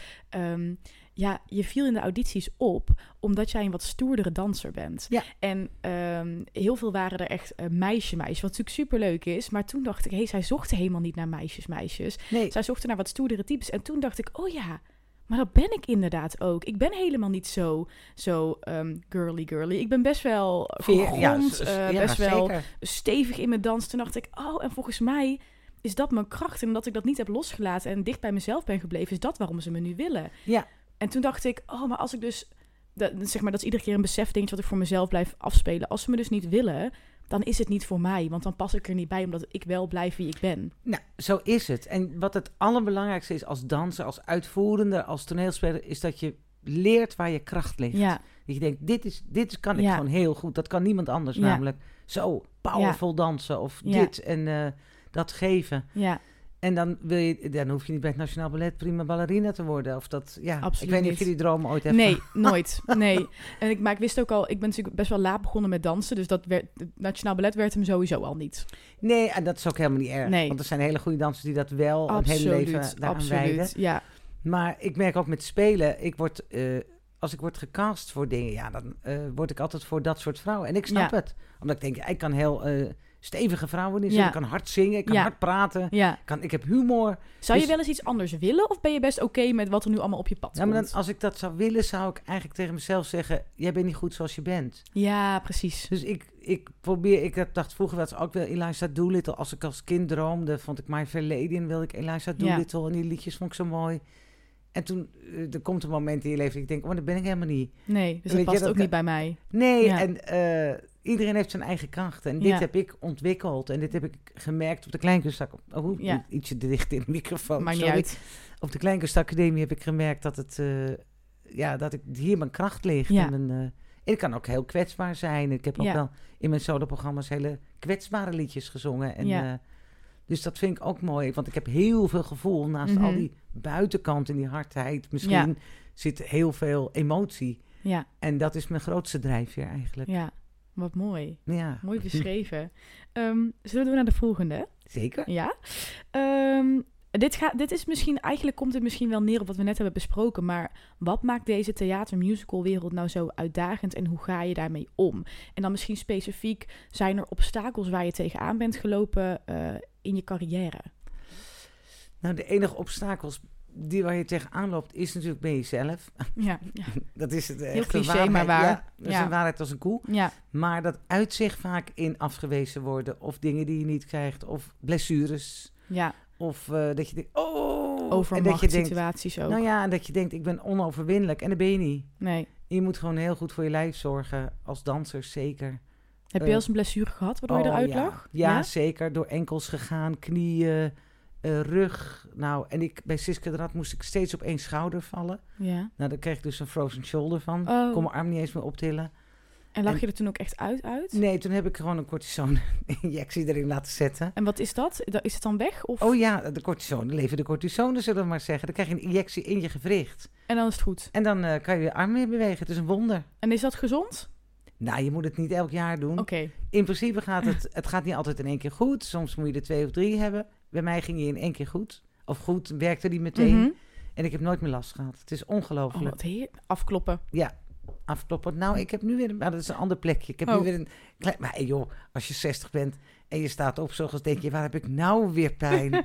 je viel in de audities op omdat jij een wat stoerdere danser bent. Ja. En heel veel waren er echt meisje, wat natuurlijk superleuk is. Maar toen dacht ik, zij zochten helemaal niet naar meisjes. Nee. Zij zochten naar wat stoerdere types. En toen dacht ik, maar dat ben ik inderdaad ook. Ik ben helemaal niet zo girly. Ik ben best wel gegrond, best wel stevig in mijn dans. Toen dacht ik, en volgens mij is dat mijn kracht. En omdat ik dat niet heb losgelaten en dicht bij mezelf ben gebleven, is dat waarom ze me nu willen. Ja. En toen dacht ik, maar als ik dus... dat is iedere keer een besefdingetje wat ik voor mezelf blijf afspelen. Als ze me dus niet willen, dan is het niet voor mij. Want dan pas ik er niet bij, omdat ik wel blijf wie ik ben. Nou, zo is het. En wat het allerbelangrijkste is als danser, als uitvoerende, als toneelspeler, is dat je leert waar je kracht ligt. Ja. Dat je denkt, dit kan ik gewoon heel goed. Dat kan niemand anders namelijk. Zo powerful dansen of dit en dat geven. Ja. En dan hoef je niet bij het Nationaal Ballet prima ballerina te worden. Of dat, absoluut ik weet niet of je die droom ooit hebt. Nee, nooit. Nee. Maar ik wist ook al, ik ben natuurlijk best wel laat begonnen met dansen. Dus het Nationaal Ballet werd hem sowieso al niet. Nee, en dat is ook helemaal niet erg. Nee. Want er zijn hele goede dansers die dat wel een hele leven daaraan wijden. Ja. Maar ik merk ook met spelen, als ik word gecast voor dingen, dan word ik altijd voor dat soort vrouwen. En ik snap het. Omdat ik denk, ik kan heel stevige vrouwen in. Ik kan hard zingen, ik kan hard praten. Ja. Ik heb humor. Zou je wel eens iets anders willen? Of ben je best oké met wat er nu allemaal op je pad komt? Maar als ik dat zou willen, zou ik eigenlijk tegen mezelf zeggen, jij bent niet goed zoals je bent. Ja, precies. Dus ik dacht vroeger was ook wel Eliza Doolittle. Als ik als kind droomde, vond ik My Fair Lady en wilde ik Eliza Doolittle. En die liedjes vond ik zo mooi. En toen, er komt een moment in je leven dat ik denk, dat ben ik helemaal niet. Nee, dus dat past ook niet bij mij. Nee, en iedereen heeft zijn eigen krachten. En dit heb ik ontwikkeld. En dit heb ik gemerkt op de Kleinkunstak. Ietsje dicht in de microfoon. Maakt niet uit. Op de Kleinkunstacademie heb ik gemerkt dat dat ik hier mijn kracht ligt. Ja. En ik kan ook heel kwetsbaar zijn. Ik heb ook wel in mijn soloprogramma's hele kwetsbare liedjes gezongen. En, dus dat vind ik ook mooi. Want ik heb heel veel gevoel. Naast al die buitenkant en die hardheid. Misschien zit heel veel emotie. Ja. En dat is mijn grootste drijfveer eigenlijk. Ja, wat mooi. Ja. Mooi beschreven. Zullen we naar de volgende? Zeker. Ja. Dit is eigenlijk komt het misschien wel neer op wat we net hebben besproken. Maar wat maakt deze theatermusicalwereld nou zo uitdagend en hoe ga je daarmee om? En dan misschien specifiek, zijn er obstakels waar je tegenaan bent gelopen in je carrière? Nou, de enige obstakels waar je tegenaan loopt, is natuurlijk ben jezelf. Ja. Dat is het heel cliché, waarheid. Maar waar. Ja, dat is een waarheid als een koe. Ja. Maar dat uit zich vaak in afgewezen worden, of dingen die je niet krijgt, of blessures. Ja. Of dat je denkt, overmacht situaties ook. Nou ja, en dat je denkt, ik ben onoverwinnelijk. En dat ben je niet. Nee. Je moet gewoon heel goed voor je lijf zorgen, als danser zeker. Heb je wel eens een blessure gehad waardoor je eruit lag? Ja, zeker. Door enkels gegaan, knieën, rug. Nou, en bij Siska de Rad moest ik steeds op 1 schouder vallen. Ja. Nou, daar kreeg ik dus een frozen shoulder van. Oh. Ik kon mijn arm niet eens meer optillen. En lag je er toen ook echt uit? Nee, toen heb ik gewoon een cortisone-injectie erin laten zetten. En wat is dat? Is het dan weg? Of? Oh ja, de cortisone, zullen we maar zeggen. Dan krijg je een injectie in je gewricht. En dan is het goed? En dan kan je je arm weer bewegen. Het is een wonder. En is dat gezond? Nou, je moet het niet elk jaar doen. Oké. In principe gaat het gaat niet altijd in 1 keer goed. Soms moet je er 2 of 3 hebben. Bij mij ging hij in 1 keer goed. Of goed, werkte die meteen. Mhm. En ik heb nooit meer last gehad. Het is ongelooflijk. Wat afkloppen. Ja, afkloppen. Nou, ik heb nu weer... Maar dat is een ander plekje. Ik heb nu weer een klein... Maar hey, joh, als je 60 bent en je staat op, zoals denk je, waar heb ik nou weer pijn?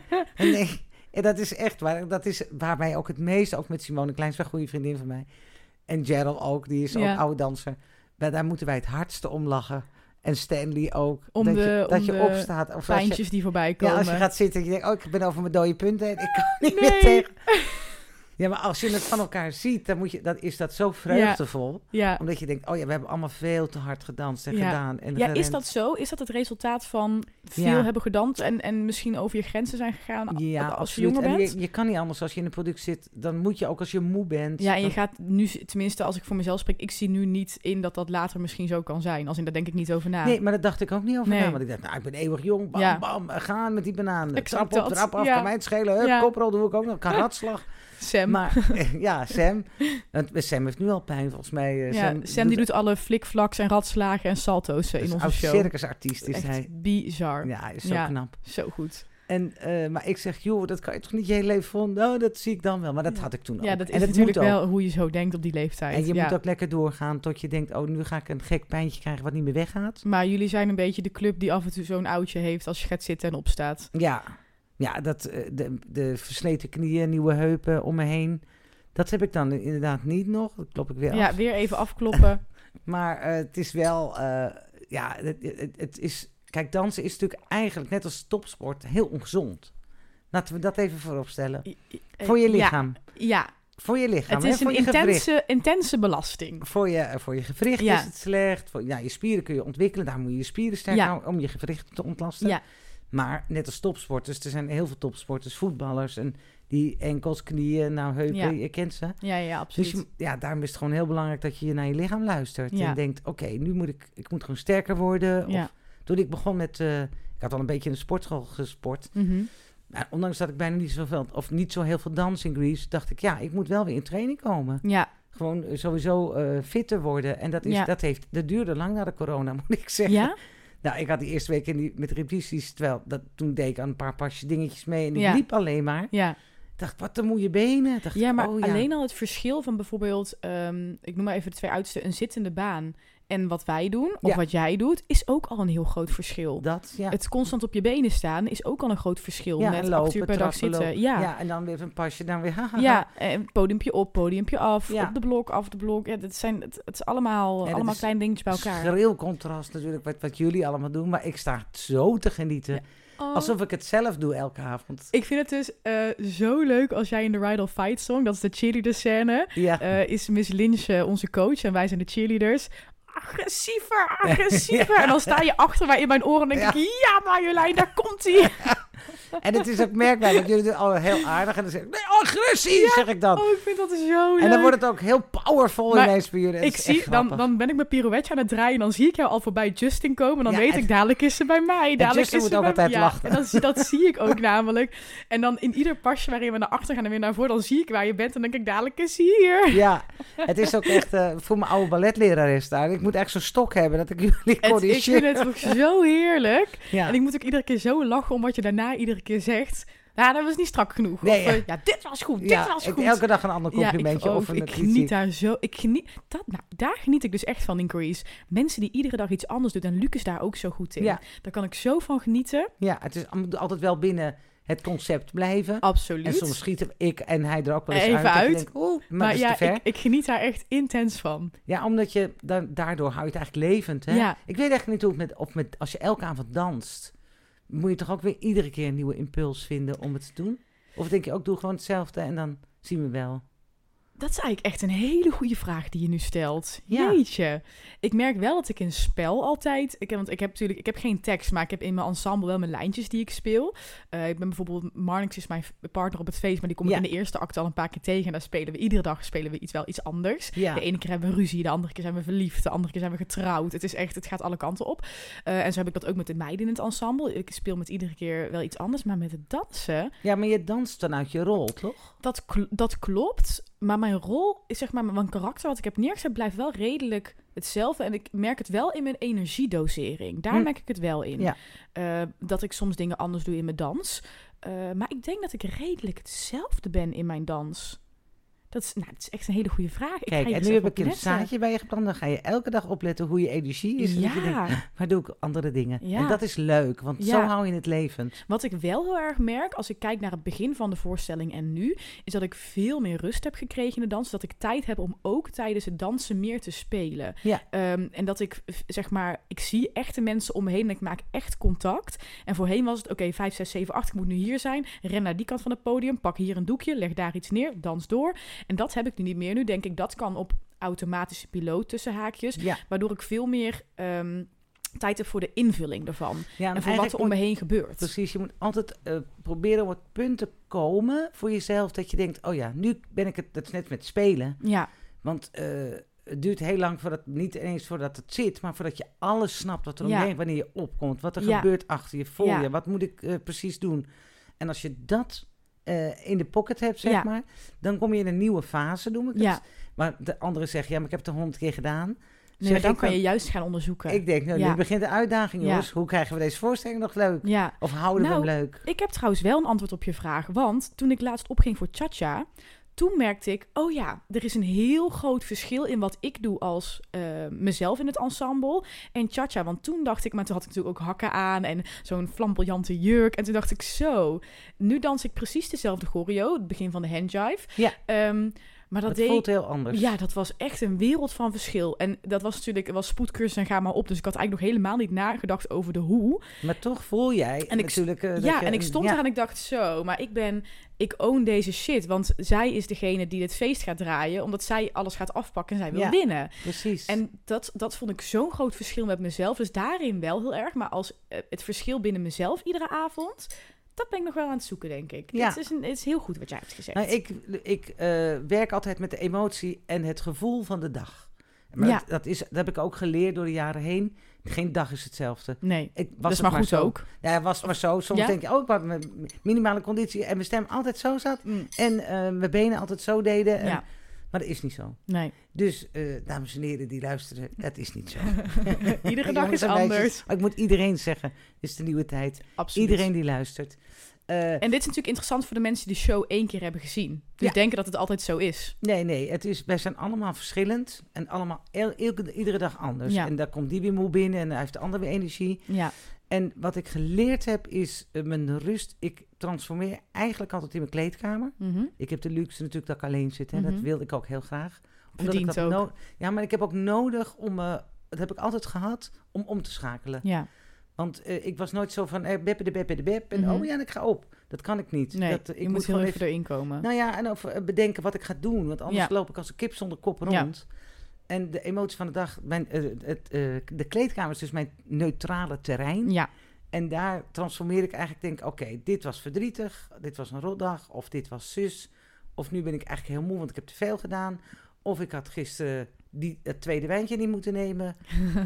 En dat is echt waar. Dat is waar mij ook het meest, ook met Simone Kleins, een goede vriendin van mij. En Gerald ook, die is ook oude danser. Maar daar moeten wij het hardste om lachen. En Stanley ook. Dat je opstaat. Of pijntjes die voorbij komen. Ja, als je gaat zitten en je denkt, ik ben over mijn dode punten. En ik kan niet meer tegen. Ja, maar als je het van elkaar ziet, dan is dat zo vreugdevol. Ja. Omdat je denkt, we hebben allemaal veel te hard gedanst en gedaan. En gerend. Is dat zo? Is dat het resultaat van veel hebben gedanst en misschien over je grenzen zijn gegaan als je jonger bent? En je kan niet anders als je in de productie zit. Dan moet je ook als je moe bent. Ja, en je gaat nu, tenminste als ik voor mezelf spreek, ik zie nu niet in dat later misschien zo kan zijn. Daar denk ik niet over na. Nee, maar dat dacht ik ook niet over na. Want ik dacht, ik ben eeuwig jong. Bam, bam, gaan met die bananen. Trap op, trap af, kan mij het schelen. Koprol doe ik ook nog. Karatslag. Sam. Maar, Sam. Sam heeft nu al pijn, volgens mij. Sam die doet alle flikvlaks en ratslagen en salto's in onze show. Een circusartiest is hij. Bizar. Ja, is zo knap. Zo goed. Maar ik zeg, joh, dat kan je toch niet je hele leven volgen? Nou, dat zie ik dan wel. Maar dat had ik toen ook. Ja, dat is natuurlijk wel hoe je zo denkt op die leeftijd. En je moet ook lekker doorgaan tot je denkt, nu ga ik een gek pijntje krijgen wat niet meer weggaat. Maar jullie zijn een beetje de club die af en toe zo'n oudje heeft als je gaat zitten en opstaat. Ja, de versleten knieën, nieuwe heupen om me heen. Dat heb ik dan inderdaad niet nog. Dat klop ik weer af. Ja, weer even afkloppen. Maar het is wel... het is... Kijk, dansen is natuurlijk eigenlijk net als topsport heel ongezond. Laten we dat even voorop stellen. Voor je lichaam. Ja. Voor je lichaam. Het is een intense belasting. Voor je gewricht is het slecht. Je spieren kun je ontwikkelen. Daar moet je spieren sterk houden om je gewricht te ontlasten. Ja. Maar net als topsporters, er zijn heel veel topsporters, voetballers en die enkels, knieën, heupen, je kent ze. Ja, absoluut. Dus daarom is het gewoon heel belangrijk dat je naar je lichaam luistert. En denkt, oké, nu moet ik moet gewoon sterker worden. Ja. Of, toen ik begon met, ik had al een beetje in de sportschool gesport. Mm-hmm. Maar ondanks dat ik bijna niet zo heel veel dans in Grease, dacht ik, ik moet wel weer in training komen. Ja. Gewoon sowieso fitter worden. En dat duurde lang na de corona, moet ik zeggen. Ja? Nou, ik had die eerste week met repetities, toen deed ik aan een paar pasjes dingetjes mee en ik liep alleen maar. Ja. Ik dacht, wat de moeie benen. Maar alleen al het verschil van bijvoorbeeld, ik noem maar even de 2 oudste, een zittende baan en wat wij doen, of wat jij doet, is ook al een heel groot verschil. Het constant op je benen staan is ook al een groot verschil. Met lopen, 8 uur per dag zitten. Ja, en dan weer een pasje, dan weer haha. Ja, podiumpje op, podiumpje af, op de blok, af de blok. Ja, het is allemaal kleine dingetjes bij elkaar. Schril contrast natuurlijk wat jullie allemaal doen, maar ik sta zo te genieten. Ja. Alsof ik het zelf doe elke avond. Ik vind het dus zo leuk als jij in de Ride or Fight song, dat is de cheerleader scène, is Miss Lynch onze coach en wij zijn de cheerleaders. Agressiever. Ja. En dan sta je achter mij in mijn oren en denk ik, ja Marjolein, daar komt hij. En het is ook merkbaar, want jullie doen al heel aardig. En dan zeg ik, nee, agressie, zeg ik dan. Oh, ik vind dat zo leuk. En dan wordt het ook heel powerful ineens voor jullie. Ik zie, dan ben ik mijn pirouetje aan het draaien en dan zie ik jou al voorbij Justin komen. En dan weet ik, dadelijk is ze bij mij. Justin moet ook altijd lachen. En dat zie ik ook namelijk. En dan in ieder pasje waarin we naar achter gaan en weer naar voren, dan zie ik waar je bent. En dan denk ik, dadelijk is hij hier. Ja, het is ook echt, voor mijn oude balletlerares daar. Ik moet echt zo'n stok hebben dat ik jullie corrigeer. Ik vind het ook zo heerlijk. Ja. En ik moet ook iedere keer zo lachen om wat je daarna iedere keer zegt. Ja, dat was niet strak genoeg. Nee, of, dit was goed, dit was goed. Elke dag een ander complimentje. Ik geniet daar zo... daar geniet ik dus echt van in Grease. Mensen die iedere dag iets anders doen. En Luc is daar ook zo goed in. Ja. Daar kan ik zo van genieten. Ja, het is altijd wel binnen het concept blijven. Absoluut. En soms schieten ik en hij er ook wel eens even uit. Denk, maar ja, ik geniet daar echt intens van. Ja, omdat je daardoor hou je het eigenlijk levend. Hè? Ja. Ik weet echt niet hoe het als je elke avond danst, moet je toch ook weer iedere keer een nieuwe impuls vinden om het te doen? Of denk je ook, doe gewoon hetzelfde en dan zien we wel? Dat is eigenlijk echt een hele goede vraag die je nu stelt. Ja. Jeetje. Ik merk wel dat ik in spel altijd... Want ik heb geen tekst, maar ik heb in mijn ensemble wel mijn lijntjes die ik speel. Ik ben bijvoorbeeld... Marnix is mijn partner op het feest, maar die kom ik in de eerste acte al een paar keer tegen. En daar spelen we iedere dag iets anders. Ja. De ene keer hebben we ruzie, de andere keer zijn we verliefd, de andere keer zijn we getrouwd. Het is echt, het gaat alle kanten op. En zo heb ik dat ook met de meiden in het ensemble. Ik speel met iedere keer wel iets anders, maar met het dansen... Ja, maar je danst dan uit je rol, toch? Dat klopt, maar mijn rol is zeg maar mijn karakter wat ik heb neergezet blijft wel redelijk hetzelfde en ik merk het wel in mijn energiedosering. Daar merk ik het wel in. Ja. Dat ik soms dingen anders doe in mijn dans. Maar ik denk dat ik redelijk hetzelfde ben in mijn dans. Dat is echt een hele goede vraag. Kijk, en nu heb ik een zaadje bij je geplant. Dan ga je elke dag opletten hoe je energie is. En dat je denkt, maar doe ik andere dingen. Ja. En dat is leuk, want zo hou je het levend. Wat ik wel heel erg merk, als ik kijk naar het begin van de voorstelling en nu, is dat ik veel meer rust heb gekregen in de dans. Dat ik tijd heb om ook tijdens het dansen meer te spelen. Ja. En dat ik, zeg maar, ik zie echte mensen om me heen en ik maak echt contact. En voorheen was het, oké, 5, 6, 7, 8, ik moet nu hier zijn. Ren naar die kant van het podium, pak hier een doekje, leg daar iets neer, dans door. En dat heb ik nu niet meer. Nu denk ik, dat kan op automatische piloot tussen haakjes. Ja. Waardoor ik veel meer tijd heb voor de invulling ervan. Ja, en voor wat er om me heen gebeurt. Precies, je moet altijd proberen op het punt te komen voor jezelf. Dat je denkt, oh ja, nu ben ik het. Dat is net met spelen. Ja. Want het duurt heel lang niet eens voordat het zit, maar voordat je alles snapt wat er omheen, wanneer je opkomt. Wat er gebeurt achter je, voor je. Wat moet ik precies doen? En als je dat in de pocket hebt, zeg maar, dan kom je in een nieuwe fase, noem ik het. Maar de anderen zeggen, maar ik heb het 100 keer gedaan. Nee, maar dan kan je juist gaan onderzoeken. Ik denk, nu begint de uitdaging, jongens. Hoe krijgen we deze voorstelling nog leuk? Ja. Of houden we hem leuk? Ik heb trouwens wel een antwoord op je vraag. Want toen ik laatst opging voor Cha-Cha, toen merkte ik, oh ja, er is een heel groot verschil in wat ik doe als mezelf in het ensemble en Cha-Cha. Want toen dacht ik, maar toen had ik natuurlijk ook hakken aan en zo'n flamboyante jurk. En toen dacht ik, zo, nu dans ik precies dezelfde choreo, het begin van de handjive. Ja. Maar dat voelt heel anders. Ja, dat was echt een wereld van verschil. En dat was natuurlijk, het was spoedcursus en ga maar op. Dus ik had eigenlijk nog helemaal niet nagedacht over de hoe. Maar toch voel jij en natuurlijk... en ik stond daar en ik dacht zo, maar ik own deze shit. Want zij is degene die dit feest gaat draaien, omdat zij alles gaat afpakken en zij wil winnen. Precies. En dat vond ik zo'n groot verschil met mezelf. Dus daarin wel heel erg. Maar als het verschil binnen mezelf iedere avond, dat ben ik nog wel aan het zoeken, denk ik. Ja. Het is heel goed wat jij hebt gezegd. Nou, ik werk altijd met de emotie en het gevoel van de dag. Maar dat heb ik ook geleerd door de jaren heen. Geen dag is hetzelfde. Nee, dat is maar goed zo. Ook. Ja, was maar zo. Soms denk je, ik had mijn minimale conditie en mijn stem altijd zo zat. En mijn benen altijd zo deden. En, maar dat is niet zo. Nee. Dus, dames en heren die luisteren, dat is niet zo. Iedere dag is anders. Ik moet iedereen zeggen, dit is de nieuwe tijd. Absoluut. Iedereen die luistert. En dit is natuurlijk interessant voor de mensen die de show 1 keer hebben gezien. Dus denken dat het altijd zo is. Nee. Wij zijn allemaal verschillend. En allemaal iedere dag anders. Ja. En daar komt die weer moe binnen en hij heeft de ander weer energie. Ja. En wat ik geleerd heb is mijn rust. Ik transformeer eigenlijk altijd in mijn kleedkamer. Mm-hmm. Ik heb de luxe natuurlijk dat ik alleen zit. Hè. Mm-hmm. Dat wilde ik ook heel graag. Verdient ook. Ja, maar ik heb ook nodig om... dat heb ik altijd gehad om te schakelen. Ja. Want ik was nooit zo van beppe de bep. En en ik ga op. Dat kan ik niet. Nee, ik moet heel even erin komen. Nou ja, en over bedenken wat ik ga doen. Want anders loop ik als een kip zonder kop rond. Ja. En de emotie van de dag... de kleedkamer is dus mijn neutrale terrein. Ja. En daar transformeer ik eigenlijk, denk oké, dit was verdrietig. Dit was een rotdag. Of dit was zus. Of nu ben ik eigenlijk heel moe, want ik heb te veel gedaan. Of ik had gisteren het tweede wijntje niet moeten nemen.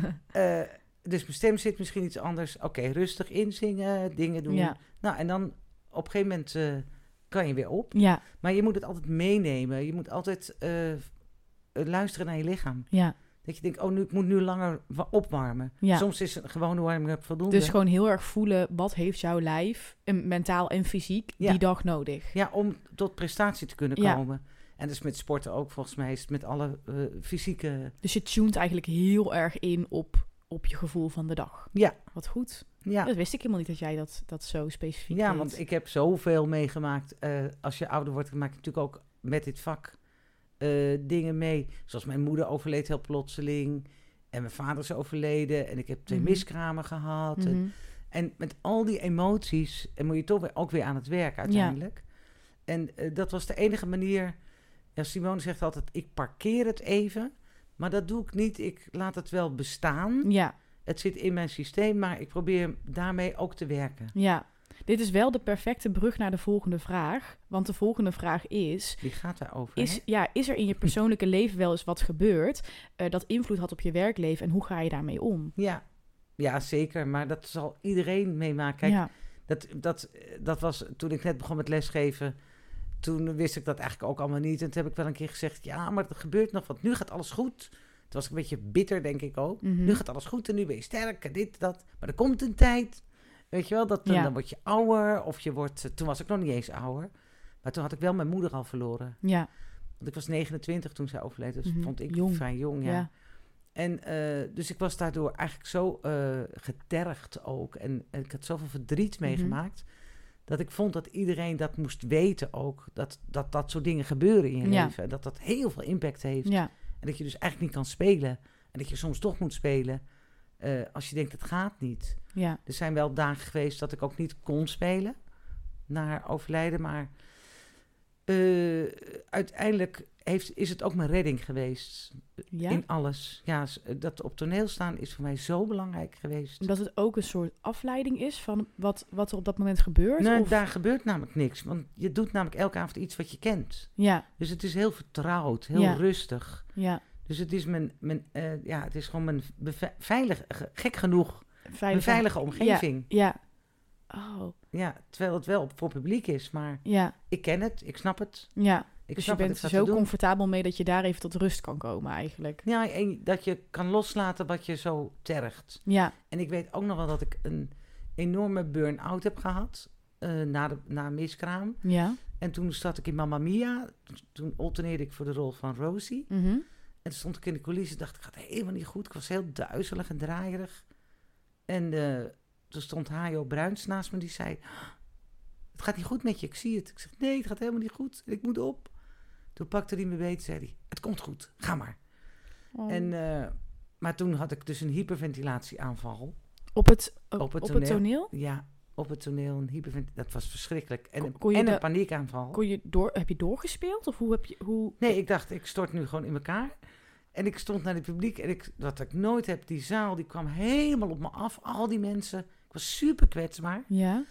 Dus mijn stem zit misschien iets anders. Oké, rustig inzingen, dingen doen. Ja. Nou, en dan op een gegeven moment kan je weer op. Ja. Maar je moet het altijd meenemen. Je moet altijd luisteren naar je lichaam. Ja. Dat je denkt, ik moet nu langer opwarmen. Ja. Soms is een gewone warming-up voldoende. Dus gewoon heel erg voelen, wat heeft jouw lijf, mentaal en fysiek, die dag nodig? Ja, om tot prestatie te kunnen komen. En dat is met sporten ook, volgens mij is het met alle fysieke... Dus je tuned eigenlijk heel erg in op je gevoel van de dag. Ja. Wat goed. Ja. Dat wist ik helemaal niet dat jij dat zo specifiek deed. Ja, want ik heb zoveel meegemaakt. Als je ouder wordt, maak je natuurlijk ook met dit vak dingen mee. Zoals mijn moeder overleed heel plotseling. En mijn vader is overleden. En ik heb 2 miskramen gehad. Mm-hmm. En met al die emoties moet je toch ook weer aan het werk uiteindelijk. Ja. En dat was de enige manier Ja, Simone zegt altijd, ik parkeer het even. Maar dat doe ik niet. Ik laat het wel bestaan. Ja. Het zit in mijn systeem, maar ik probeer daarmee ook te werken. Ja. Dit is wel de perfecte brug naar de volgende vraag. Want de volgende vraag is... Die gaat daarover, is er in je persoonlijke leven wel eens wat gebeurd... dat invloed had op je werkleven en hoe ga je daarmee om? Ja, zeker. Maar dat zal iedereen meemaken. Kijk, dat was toen ik net begon met lesgeven... Toen wist ik dat eigenlijk ook allemaal niet. En toen heb ik wel een keer gezegd... Ja, maar er gebeurt nog wat. Nu gaat alles goed. Toen was ik een beetje bitter, denk ik ook. Mm-hmm. Nu gaat alles goed en nu ben je sterk en dit, dat. Maar er komt een tijd... Weet je wel, dan word je ouder of je wordt... Toen was ik nog niet eens ouder. Maar toen had ik wel mijn moeder al verloren. Ja. Want ik was 29 toen zij overleed. Dus vond ik jong. vrij jong, ja. En dus ik was daardoor eigenlijk zo getergd ook. En ik had zoveel verdriet meegemaakt... dat ik vond dat iedereen dat moest weten ook. Dat soort dingen gebeuren in je leven. En dat heel veel impact heeft. Ja. En dat je dus eigenlijk niet kan spelen. En dat je soms toch moet spelen... als je denkt, het gaat niet. Ja. Er zijn wel dagen geweest dat ik ook niet kon spelen. Na haar overlijden. Maar uiteindelijk is het ook mijn redding geweest. Ja? In alles. Ja, dat op toneel staan is voor mij zo belangrijk geweest. Dat het ook een soort afleiding is van wat er op dat moment gebeurt? Nee, of? daar gebeurt namelijk niks. Want je doet namelijk elke avond iets wat je kent. Ja. Dus het is heel vertrouwd. Heel rustig. Ja. Dus het is het is gewoon mijn gek genoeg... Een veilige omgeving. Ja. Oh. Ja, terwijl het wel voor publiek is, maar ik ken het, ik snap het. Ja, dus je bent er zo comfortabel mee dat je daar even tot rust kan komen eigenlijk. Ja, en dat je kan loslaten wat je zo tergt. Ja. En ik weet ook nog wel dat ik een enorme burn-out heb gehad na een miskraam. Ja. En toen zat ik in Mamma Mia, toen alterneerde ik voor de rol van Rosie. Mm-hmm. En toen stond ik in de coulissen en dacht ik, gaat helemaal niet goed. Ik was heel duizelig en draaierig. En... toen stond Hajo Bruins naast me, die zei... Het gaat niet goed met je, ik zie het. Ik zeg, nee, het gaat helemaal niet goed. Ik moet op. Toen pakte hij me beet en zei hij... Het komt goed, ga maar. Oh. Maar toen had ik dus een hyperventilatieaanval. Op het toneel? Ja, op het toneel. Een hyperventilatie. Dat was verschrikkelijk. En een paniekaanval. Heb je doorgespeeld? Of hoe... Nee, ik dacht, ik stort nu gewoon in elkaar. En ik stond naar het publiek en wat ik nooit heb, die zaal, die kwam helemaal op me af. Al die mensen. Ik was super kwetsbaar. Ja.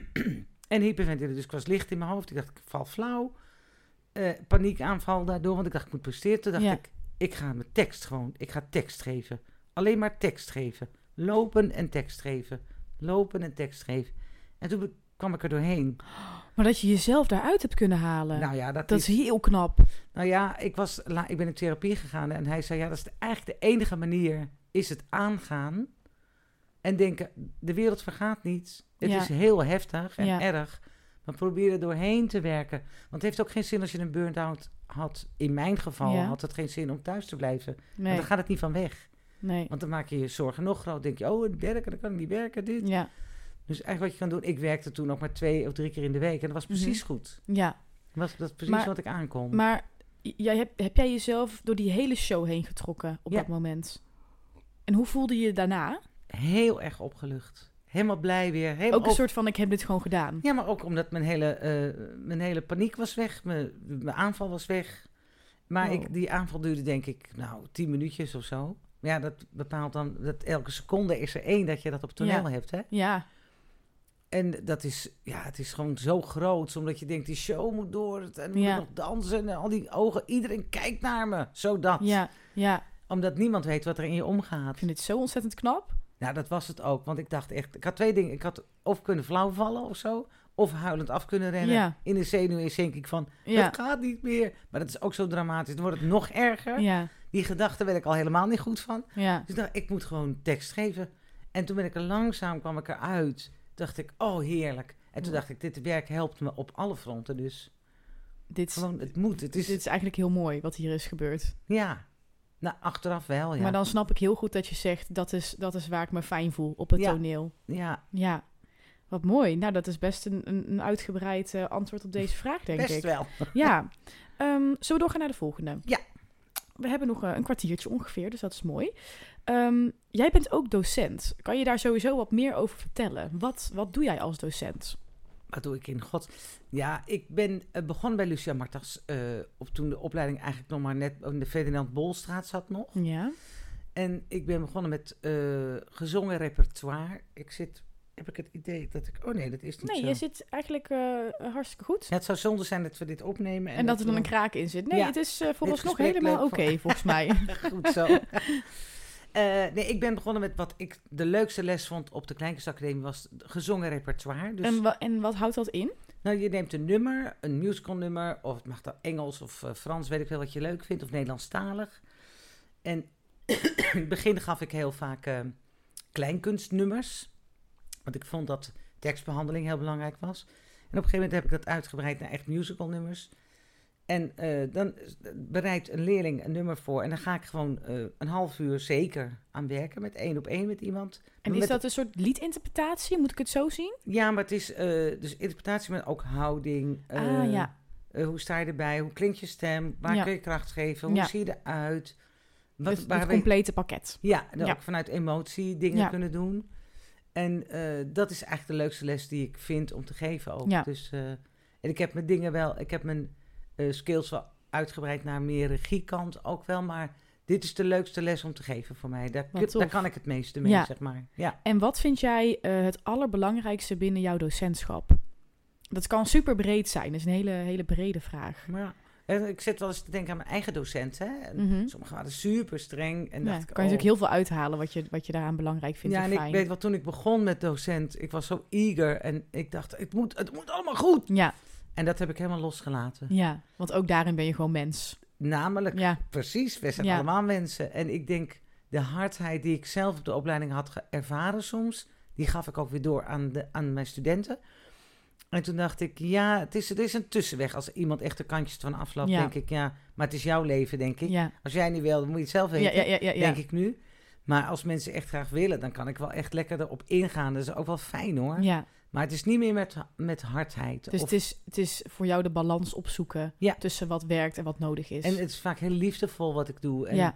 En hyperventileren. Dus ik was licht in mijn hoofd. Ik dacht, ik val flauw. Paniekaanval daardoor, want ik dacht, ik moet presteren. Toen dacht ik ga mijn tekst gewoon. Ik ga tekst geven. Alleen maar tekst geven. Lopen en tekst geven. Lopen en tekst geven. En toen kwam ik er doorheen. Maar dat je jezelf daaruit hebt kunnen halen. Nou ja, dat is heel knap. Nou ja, ik ben in therapie gegaan en hij zei... ja, dat is eigenlijk de enige manier, is het aangaan... en denken, de wereld vergaat niet. Het is heel heftig en erg. Maar probeer er doorheen te werken. Want het heeft ook geen zin als je een burn-out had. In mijn geval had het geen zin om thuis te blijven. Nee. Want dan gaat het niet van weg. Nee. Want dan maak je je zorgen nog groot. Dan denk je, het werken, dan kan ik niet werken, dit. Ja. Dus eigenlijk wat je kan doen... Ik werkte toen nog maar 2 of 3 keer in de week. En dat was precies goed. Ja. Dat is precies wat ik aankon. Maar heb jij jezelf door die hele show heen getrokken op dat moment? En hoe voelde je daarna? Heel erg opgelucht. Helemaal blij weer. Ook een soort van, ik heb dit gewoon gedaan. Ja, maar ook omdat mijn hele paniek was weg. Mijn aanval was weg. Maar die aanval duurde denk ik, 10 minuutjes of zo. Maar ja, dat bepaalt dan, dat elke seconde is er 1 dat je dat op toneel hebt, hè? Ja. En dat is, het is gewoon zo groot. Omdat je denkt, die show moet door. En moet nog dansen en al die ogen. Iedereen kijkt naar me. Zo dat. Ja. Omdat niemand weet wat er in je omgaat. Ik vind het zo ontzettend knap. Nou, dat was het ook. Want ik dacht echt... Ik had 2 dingen. Ik had of kunnen flauwvallen of zo. Of huilend af kunnen rennen. Ja. In de zenuwinzinking van... Het gaat niet meer. Maar dat is ook zo dramatisch. Dan wordt het nog erger. Ja. Die gedachten werd ik al helemaal niet goed van. Ja. Dus ik dacht, ik moet gewoon tekst geven. En toen kwam ik eruit. Dacht ik, heerlijk. En toen dacht ik, dit werk helpt me op alle fronten. Dus het moet. Dit is eigenlijk heel mooi wat hier is gebeurd. Ja. Nou, achteraf wel, ja. Maar dan snap ik heel goed dat je zegt... dat is waar ik me fijn voel op het toneel. Ja. Wat mooi. Nou, dat is best een uitgebreid antwoord op deze vraag, denk ik. Best wel. Ja. Zullen we doorgaan naar de volgende? Ja. We hebben nog een kwartiertje ongeveer, dus dat is mooi. Jij bent ook docent. Kan je daar sowieso wat meer over vertellen? Wat doe jij als docent? Wat doe ik in God? Ja, ik ben begonnen bij Lucia Martas. Toen de opleiding eigenlijk nog maar net in de Ferdinand Bolstraat zat nog. Ja. En ik ben begonnen met gezongen repertoire. Heb ik het idee dat ik... Oh nee, dat is niet zo. Nee, je zit eigenlijk hartstikke goed. Ja, het zou zonde zijn dat we dit opnemen. En dat er dan een kraak in zit. Nee, Ja, het is vooralsnog gesprek helemaal leuk oké, volgens mij. Goed zo. Nee, ik ben begonnen met wat ik de leukste les vond op de Kleinkunstacademie was gezongen repertoire. Dus, En wat houdt dat in? nou, je neemt een nummer, een musical nummer, of het mag dan Engels of Frans, weet ik wel wat je leuk vindt, of Nederlandstalig. En in het begin gaf ik heel vaak kleinkunstnummers, want ik vond dat tekstbehandeling heel belangrijk was. En op een gegeven moment heb ik dat uitgebreid naar echt musicalnummers. En dan bereidt een leerling een nummer voor en dan ga ik gewoon een half uur zeker aan werken met 1-op-1 met iemand. En is dat een soort liedinterpretatie? Moet ik het zo zien? Ja, maar het is dus interpretatie, maar ook houding. Ja. Hoe sta je erbij? Hoe klinkt je stem? Waar kun je kracht geven? Hoe zie je eruit? Het complete pakket. Ja, en ook vanuit emotie dingen kunnen doen. En dat is eigenlijk de leukste les die ik vind om te geven ook. Ja. Dus, en ik heb mijn dingen wel, ik heb mijn skills wel uitgebreid naar meer regiekant ook wel, maar dit is de leukste les om te geven voor mij. Daar kan ik het meeste mee, zeg maar. Ja. En wat vind jij het allerbelangrijkste binnen jouw docentschap? Dat kan super breed zijn, dat is een hele brede vraag. Ja. Ik zit wel eens te denken aan mijn eigen docent. Hè? Sommigen waren super streng. En dacht ik, kan je natuurlijk heel veel uithalen wat je daaraan belangrijk vindt. Ja, en fijn. Ik weet wel, toen ik begon met docent, ik was zo eager en ik dacht, het moet allemaal goed. Ja. En dat heb ik helemaal losgelaten. Ja, want ook daarin ben je gewoon mens. Namelijk, precies, we zijn allemaal mensen. En ik denk, de hardheid die ik zelf op de opleiding had ervaren soms, die gaf ik ook weer door aan mijn studenten. En toen dacht ik, ja, het is een tussenweg. Als iemand echt de kantjes van afloopt, denk ik, ja, maar het is jouw leven, denk ik. Ja. Als jij niet wil, dan moet je het zelf weten, denk ik nu. Maar als mensen echt graag willen, dan kan ik wel echt lekker erop ingaan. Dat is ook wel fijn, hoor. Ja. Maar het is niet meer met hardheid. Dus het is voor jou de balans opzoeken tussen wat werkt en wat nodig is. En het is vaak heel liefdevol wat ik doe. En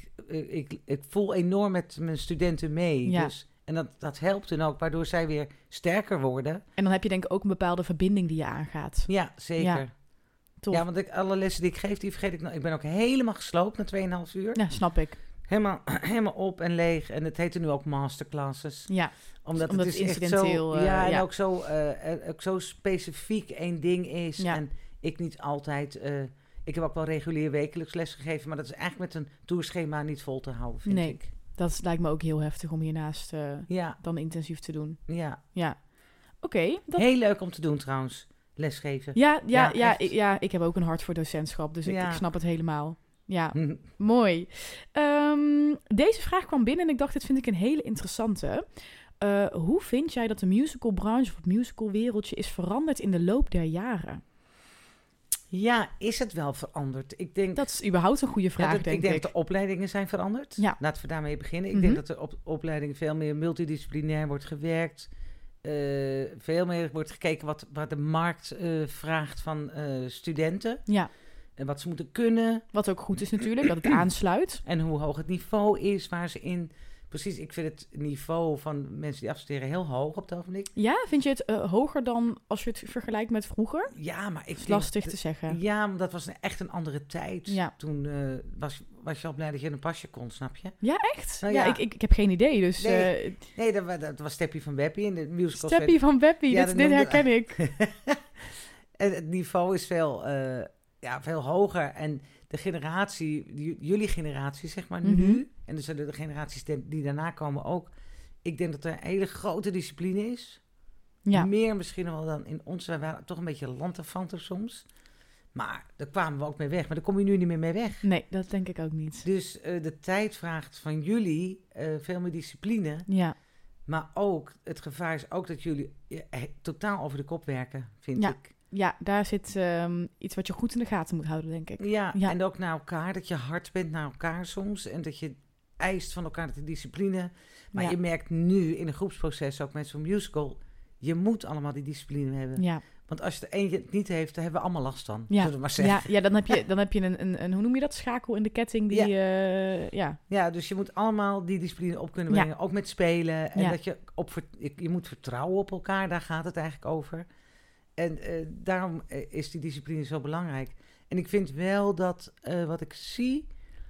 ik voel enorm met mijn studenten mee. Ja. Dus, en dat helpt dan ook, waardoor zij weer sterker worden. En dan heb je denk ik ook een bepaalde verbinding die je aangaat. Ja, zeker. Ja, tof. Ja, want alle lessen die ik geef, die vergeet ik nou. Ik ben ook helemaal gesloopt na 2,5 uur. Ja, snap ik. Helemaal op en leeg. En het heet er nu ook masterclasses. Ja, omdat het is incidenteel... Echt zo, en ook zo specifiek één ding is. Ja. En ik niet altijd... ik heb ook wel regulier wekelijks les gegeven, maar dat is eigenlijk met een tourschema niet vol te houden, vind ik. Dat lijkt me ook heel heftig om hiernaast dan intensief te doen. Ja. Oké. Heel leuk om te doen trouwens, lesgeven. Ja, ik heb ook een hart voor docentschap, dus ik snap het helemaal. Ja, mooi. Deze vraag kwam binnen en ik dacht, dit vind ik een hele interessante. Hoe vind jij dat de musicalbranche of het musicalwereldje is veranderd in de loop der jaren? Ja, is het wel veranderd? Ik denk, dat is überhaupt een goede vraag, denk ik. Ik denk dat de opleidingen zijn veranderd. Ja. Laten we daarmee beginnen. Ik denk dat de opleiding veel meer multidisciplinair wordt gewerkt. Veel meer wordt gekeken wat de markt vraagt van studenten. Ja. En wat ze moeten kunnen. Wat ook goed is natuurlijk, dat het aansluit. En hoe hoog het niveau is waar ze in... Precies, ik vind het niveau van mensen die afstuderen heel hoog op het ogenblik. Ja, vind je het hoger dan als je het vergelijkt met vroeger? Ja, maar ik vind... Lastig te zeggen. Ja, maar dat was echt een andere tijd. Ja. Toen was je al blij dat je een pasje kon, snap je? Ja, echt? Nou, ja, ik heb geen idee, dus... Nee, dat was Steppie van Beppie in de musical. Steppie van Beppie, dit herken ik. En het niveau is veel hoger en... De generatie, jullie generatie, zeg maar, nu... en dus de generaties die daarna komen ook... Ik denk dat er een hele grote discipline is. Ja. Meer misschien wel dan in ons. Wij waren toch een beetje lanterfanten soms. Maar daar kwamen we ook mee weg. Maar daar kom je nu niet meer mee weg. Nee, dat denk ik ook niet. Dus de tijd vraagt van jullie veel meer discipline. Ja. Maar ook, het gevaar is ook dat jullie totaal over de kop werken, vind ik. Ja, daar zit iets wat je goed in de gaten moet houden, denk ik. Ja, en ook naar elkaar, dat je hard bent naar elkaar soms. En dat je eist van elkaar de discipline. Maar je merkt nu in een groepsproces, ook met zo'n musical... je moet allemaal die discipline hebben. Ja. Want als je er eentje het niet heeft, dan hebben we allemaal last van. Ja, zullen we maar zeggen. Ja, dan heb je een, hoe noem je dat, schakel in de ketting. Die, ja, dus je moet allemaal die discipline op kunnen brengen. Ook met spelen. En dat je je moet vertrouwen op elkaar, daar gaat het eigenlijk over... En daarom is die discipline zo belangrijk. En ik vind wel dat wat ik zie...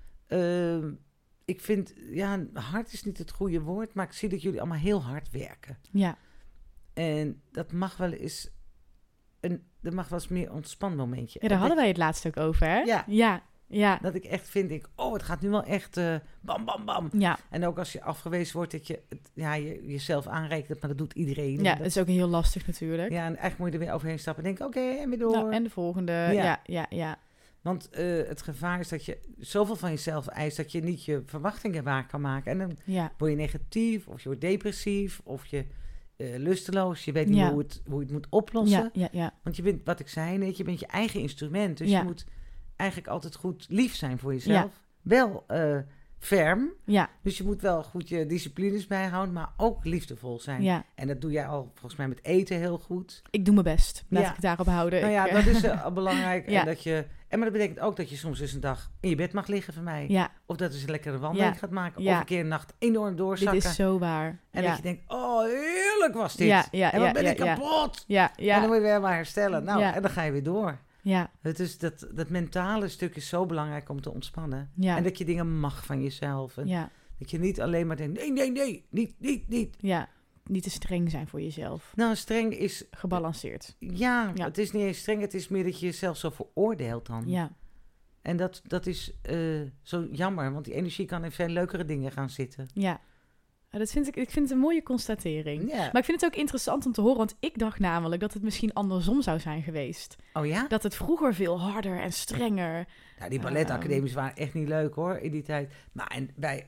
ik vind, hard is niet het goede woord... maar ik zie dat jullie allemaal heel hard werken. Ja. En dat mag wel eens... er mag wel eens meer ontspan momentje. Ja, daar hadden wij het laatst ook over, hè? Ja. Dat ik echt vind, het gaat nu wel echt bam, bam, bam. Ja. En ook als je afgewezen wordt, dat je jezelf aanrekent, maar dat doet iedereen. Ja, dat is ook heel lastig natuurlijk. Ja, en eigenlijk moet je er weer overheen stappen en denken, oké, en weer door. Nou, en de volgende, ja. Want het gevaar is dat je zoveel van jezelf eist, dat je niet je verwachtingen waar kan maken. En dan word je negatief, of je wordt depressief, of je lusteloos. Je weet niet hoe je het moet oplossen. Ja. Want je bent, wat ik zei, je bent je eigen instrument. Dus je moet eigenlijk altijd goed lief zijn voor jezelf. Wel ferm. Ja. Dus je moet wel goed je disciplines bijhouden, maar ook liefdevol zijn. Ja. En dat doe jij al volgens mij met eten heel goed. Ik doe mijn best. Laat ik het daarop houden. Nou dat is al belangrijk. Maar dat betekent ook dat je soms eens een dag in je bed mag liggen van mij. Ja. Of dat je een lekkere wandeling gaat maken. Of een keer een nacht enorm doorzakken. Dit is zo waar. En dat je denkt, heerlijk was dit. En wat ben ik kapot. En dan moet je weer maar herstellen. Nou, en dan ga je weer door. Ja. Het is dat mentale stuk is zo belangrijk om te ontspannen. Ja. En dat je dingen mag van jezelf. En dat je niet alleen maar denkt, nee, niet. Ja, niet te streng zijn voor jezelf. Nou, streng is... gebalanceerd. Ja, het is niet eens streng. Het is meer dat je jezelf zo veroordeelt dan. Ja. En dat is zo jammer, want die energie kan in veel leukere dingen gaan zitten. Ja. Ik vind het een mooie constatering. Ja. Maar ik vind het ook interessant om te horen, want ik dacht namelijk dat het misschien andersom zou zijn geweest. Oh ja? Dat het vroeger veel harder en strenger... Nou, die balletacademies waren echt niet leuk hoor, in die tijd. Maar en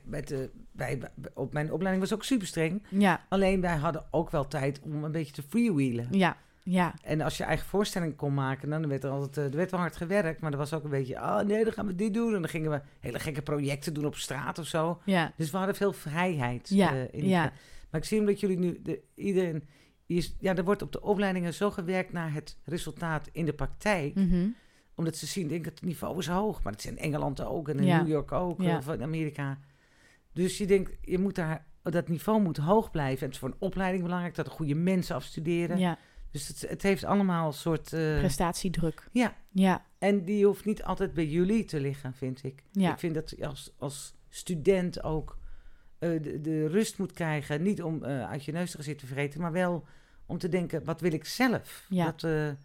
op mijn opleiding was ook super streng. Ja. Alleen wij hadden ook wel tijd om een beetje te freewheelen. Ja. Ja. En als je eigen voorstelling kon maken, dan werd er werd wel hard gewerkt. Maar er was ook een beetje, dan gaan we dit doen. En dan gingen we hele gekke projecten doen op straat of zo. Ja. Dus we hadden veel vrijheid. Maar ik zie omdat jullie nu, er wordt op de opleidingen zo gewerkt naar het resultaat in de praktijk. Mm-hmm. Omdat ze zien, denk ik, het niveau is hoog. Maar dat is in Engeland ook en in New York ook, of in Amerika. Dus je denkt, dat niveau moet hoog blijven. En het is voor een opleiding belangrijk dat er goede mensen afstuderen. Ja. Dus het heeft allemaal een soort... prestatiedruk. Ja. En die hoeft niet altijd bij jullie te liggen, vind ik. Ja. Ik vind dat je als student ook de rust moet krijgen. Niet om uit je neus te gaan zitten vreten, maar wel om te denken, wat wil ik zelf? Ja.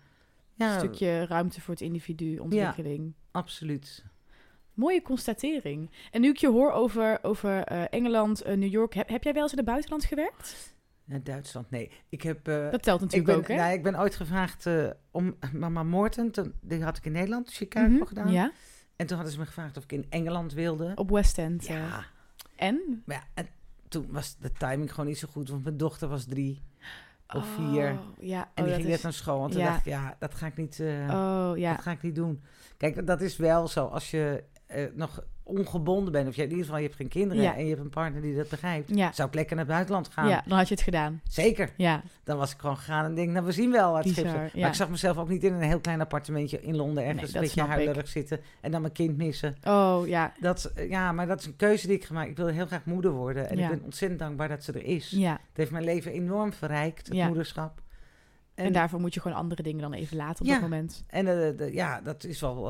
Een stukje ruimte voor het individu, ontwikkeling. Ja, absoluut. Mooie constatering. En nu ik je hoor over Engeland, New York, heb jij wel eens in het buitenland gewerkt? In Duitsland, nee. Dat telt natuurlijk ook, hè? Nou, ik ben ooit gevraagd om Mama Morton. Die had ik in Nederland, Chicago gedaan. Ja. En toen hadden ze me gevraagd of ik in Engeland wilde. Op West End. Ja. En? Maar en toen was de timing gewoon niet zo goed. Want mijn dochter was 3 of 4. Ja. En die ging net naar school. En toen dacht ik, dat ga ik niet, dat ga ik niet doen. Kijk, dat is wel zo. Als je nog ongebonden bent, of in ieder geval je hebt geen kinderen en je hebt een partner die dat begrijpt, zou ik lekker naar het buitenland gaan. Ja, dan had je het gedaan. Zeker. Ja. Dan was ik gewoon gegaan en denk, we zien wel. Maar ik zag mezelf ook niet in een heel klein appartementje in Londen ergens een beetje huilerig zitten en dan mijn kind missen. Oh, ja. Maar dat is een keuze die ik gemaakt. Ik wil heel graag moeder worden en ik ben ontzettend dankbaar dat ze er is. Ja. Het heeft mijn leven enorm verrijkt, het moederschap. En daarvoor moet je gewoon andere dingen dan even laten op dat moment. En dat is wel,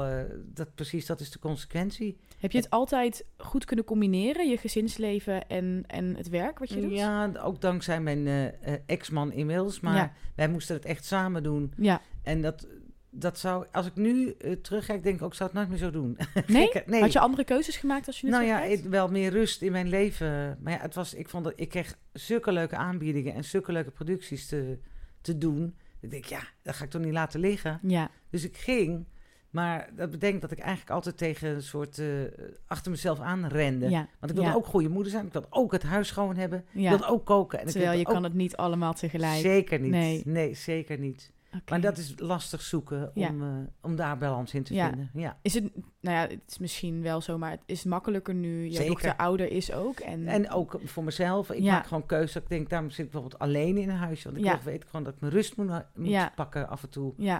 dat is de consequentie. Heb je het altijd goed kunnen combineren, je gezinsleven en het werk wat je doet? Ja, ook dankzij mijn ex-man inmiddels. Maar wij moesten het echt samen doen. Ja. En dat zou, als ik nu terugkijk, denk ik ook, zou het nooit meer zo doen. Nee? Had je andere keuzes gemaakt als je nu wel meer rust in mijn leven. Maar ik kreeg zulke leuke aanbiedingen en zulke leuke producties te doen. Ik denk, dat ga ik toch niet laten liggen. Ja. Dus ik ging, maar dat betekent dat ik eigenlijk altijd tegen een soort achter mezelf aan rende. Ja. Want ik wilde ook goede moeder zijn. Ik wilde ook het huis schoon hebben. Ja. Ik wilde ook koken. En terwijl je kan het niet allemaal tegelijk. Zeker niet. Nee, zeker niet. Okay. Maar dat is lastig zoeken om daar balans in te vinden. Ja. Is het, het is misschien wel zo, maar het is makkelijker nu je dochter ouder is ook. En ook voor mezelf. Ik maak gewoon keuzes. Ik denk, daarom zit ik bijvoorbeeld alleen in een huisje. Want ik weet gewoon dat ik mijn rust moet pakken af en toe. Ja.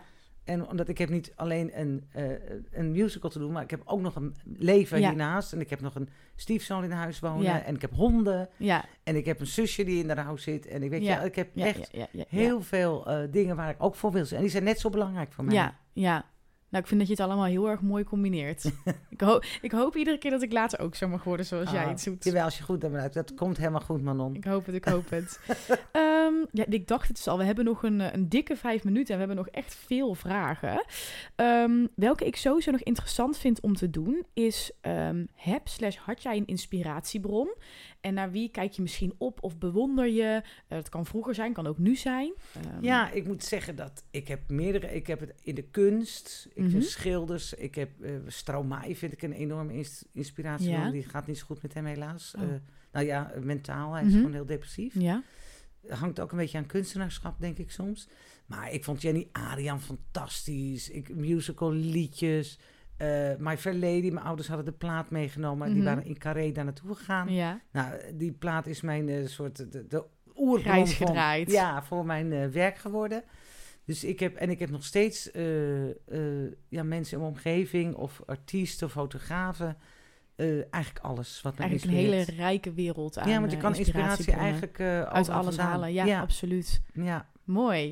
En omdat ik heb niet alleen een musical te doen, maar ik heb ook nog een leven hiernaast. En ik heb nog een stiefzoon in huis wonen. Ja. En ik heb honden. Ja. En ik heb een zusje die in de rouw zit. En ik weet ik heb echt heel veel dingen waar ik ook voor wil zijn. En die zijn net zo belangrijk voor mij. Ja. Nou, ik vind dat je het allemaal heel erg mooi combineert. ik hoop iedere keer dat ik later ook zo mag worden zoals jij het doet. Jawel, als je goed bent, dat komt helemaal goed, Manon. Ik hoop het. Ik dacht het dus al, we hebben nog een dikke 5 minuten en we hebben nog echt veel vragen. Welke ik sowieso nog interessant vind om te doen is, had jij een inspiratiebron? En naar wie kijk je misschien op of bewonder je? Het kan vroeger zijn, kan ook nu zijn. Ja, ik moet zeggen dat ik heb meerdere. Ik heb het in de kunst, ik vind schilders. Ik heb Stromae vind ik een enorme inspiratie. Ja. Die gaat niet zo goed met hem helaas. Mentaal, hij is gewoon heel depressief. Ja. Hangt ook een beetje aan kunstenaarschap, denk ik soms. Maar ik vond Jenny Arian fantastisch. Musical liedjes. My Fair Lady, mijn ouders hadden de plaat meegenomen. Die waren in Carré daar naartoe gegaan. Ja. Nou, die plaat is mijn soort de oerbron voor mijn werk geworden. Dus ik heb nog steeds mensen in mijn omgeving of artiesten of fotografen. Eigenlijk alles wat mij eigenlijk een hele rijke wereld aan. Ja, want je kan inspiratie eigenlijk uit alles halen. Ja, absoluut. Ja. Mooi.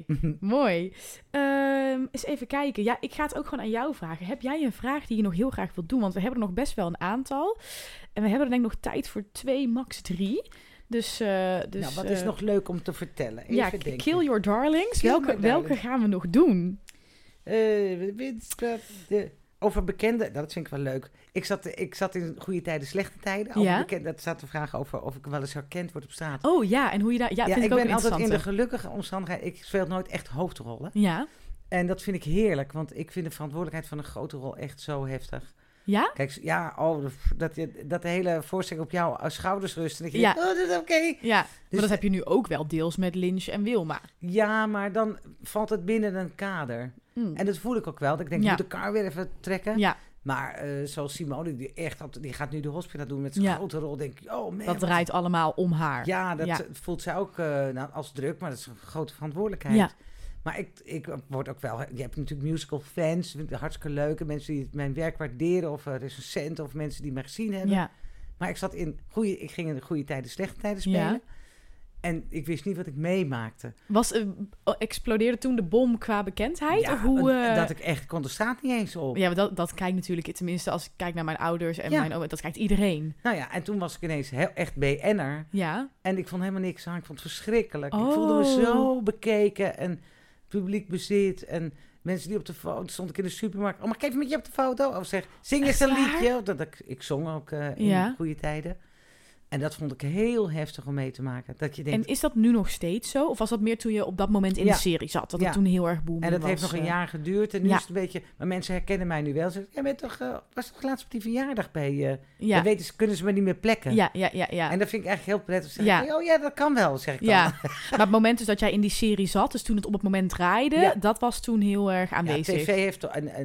Eens even kijken. Ja, ik ga het ook gewoon aan jou vragen. Heb jij een vraag die je nog heel graag wilt doen? Want we hebben er nog best wel een aantal. En we hebben er denk ik nog tijd voor 2, max 3. Dus wat is nog leuk om te vertellen? Even denken. Kill Your Darlings. Welke gaan we nog doen? Over bekende, dat vind ik wel leuk. Ik zat in goede tijden, slechte tijden. Ja? Dat staat de vraag over of ik wel eens herkend word op straat. Oh ja, en hoe je daar... Ja, vind ik ook ben altijd in de gelukkige omstandigheid. Ik speel nooit echt hoofdrollen. Ja. En dat vind ik heerlijk, want ik vind de verantwoordelijkheid van een grote rol echt zo heftig. Ja? Kijk, dat de hele voorstelling op jouw schouders rust. En dat is oké. Ja, dus, maar dat heb je nu ook wel deels met Lynch en Wilma. Ja, maar dan valt het binnen een kader. En dat voel ik ook wel. Dat ik denk, ik moet de kar weer even trekken. Ja. Maar zoals Simone, die gaat nu de hospita doen met zijn grote rol. Denk ik, oh man. Dat draait allemaal om haar. Ja, dat voelt zij ook als druk, maar dat is een grote verantwoordelijkheid. Ja. Maar ik word ook wel... Je hebt natuurlijk musical fans, hartstikke leuke mensen die mijn werk waarderen, of recensenten, of mensen die mij gezien hebben. Ja. Maar ik ging in de goede tijden, slechte tijden spelen. Ja. En ik wist niet wat ik meemaakte. Explodeerde toen de bom qua bekendheid? Ja, of hoe, dat ik echt kon de straat niet eens op. Ja, maar dat kijkt natuurlijk, tenminste als ik kijk naar mijn ouders en mijn oma, dat kijkt iedereen. Nou ja, en toen was ik ineens echt BN'er. Ja. En ik vond helemaal niks aan. Ik vond het verschrikkelijk. Ik voelde me zo bekeken en publiek bezit en mensen die op de foto... Stond ik in de supermarkt. Oh, mag ik even met je op de foto? Of zeg, zing eens een liedje. Ik zong ook in goede tijden. En dat vond ik heel heftig om mee te maken. Dat je denkt, en is dat nu nog steeds zo? Of was dat meer toen je op dat moment in de serie zat? Dat het toen heel erg booming was? En dat heeft nog een jaar geduurd. En nu is het een beetje... Maar mensen herkennen mij nu wel. Ze zeggen, jij bent toch... was toch laatst op die verjaardag bij... Dan kunnen ze me niet meer plekken. Ja. En dat vind ik eigenlijk heel prettig. Zeg, dat kan wel, zeg ik dan. Ja. Maar het moment dus dat jij in die serie zat... Dus toen het op het moment draaide... Dat was toen heel erg aanwezig. Ja, tv heeft...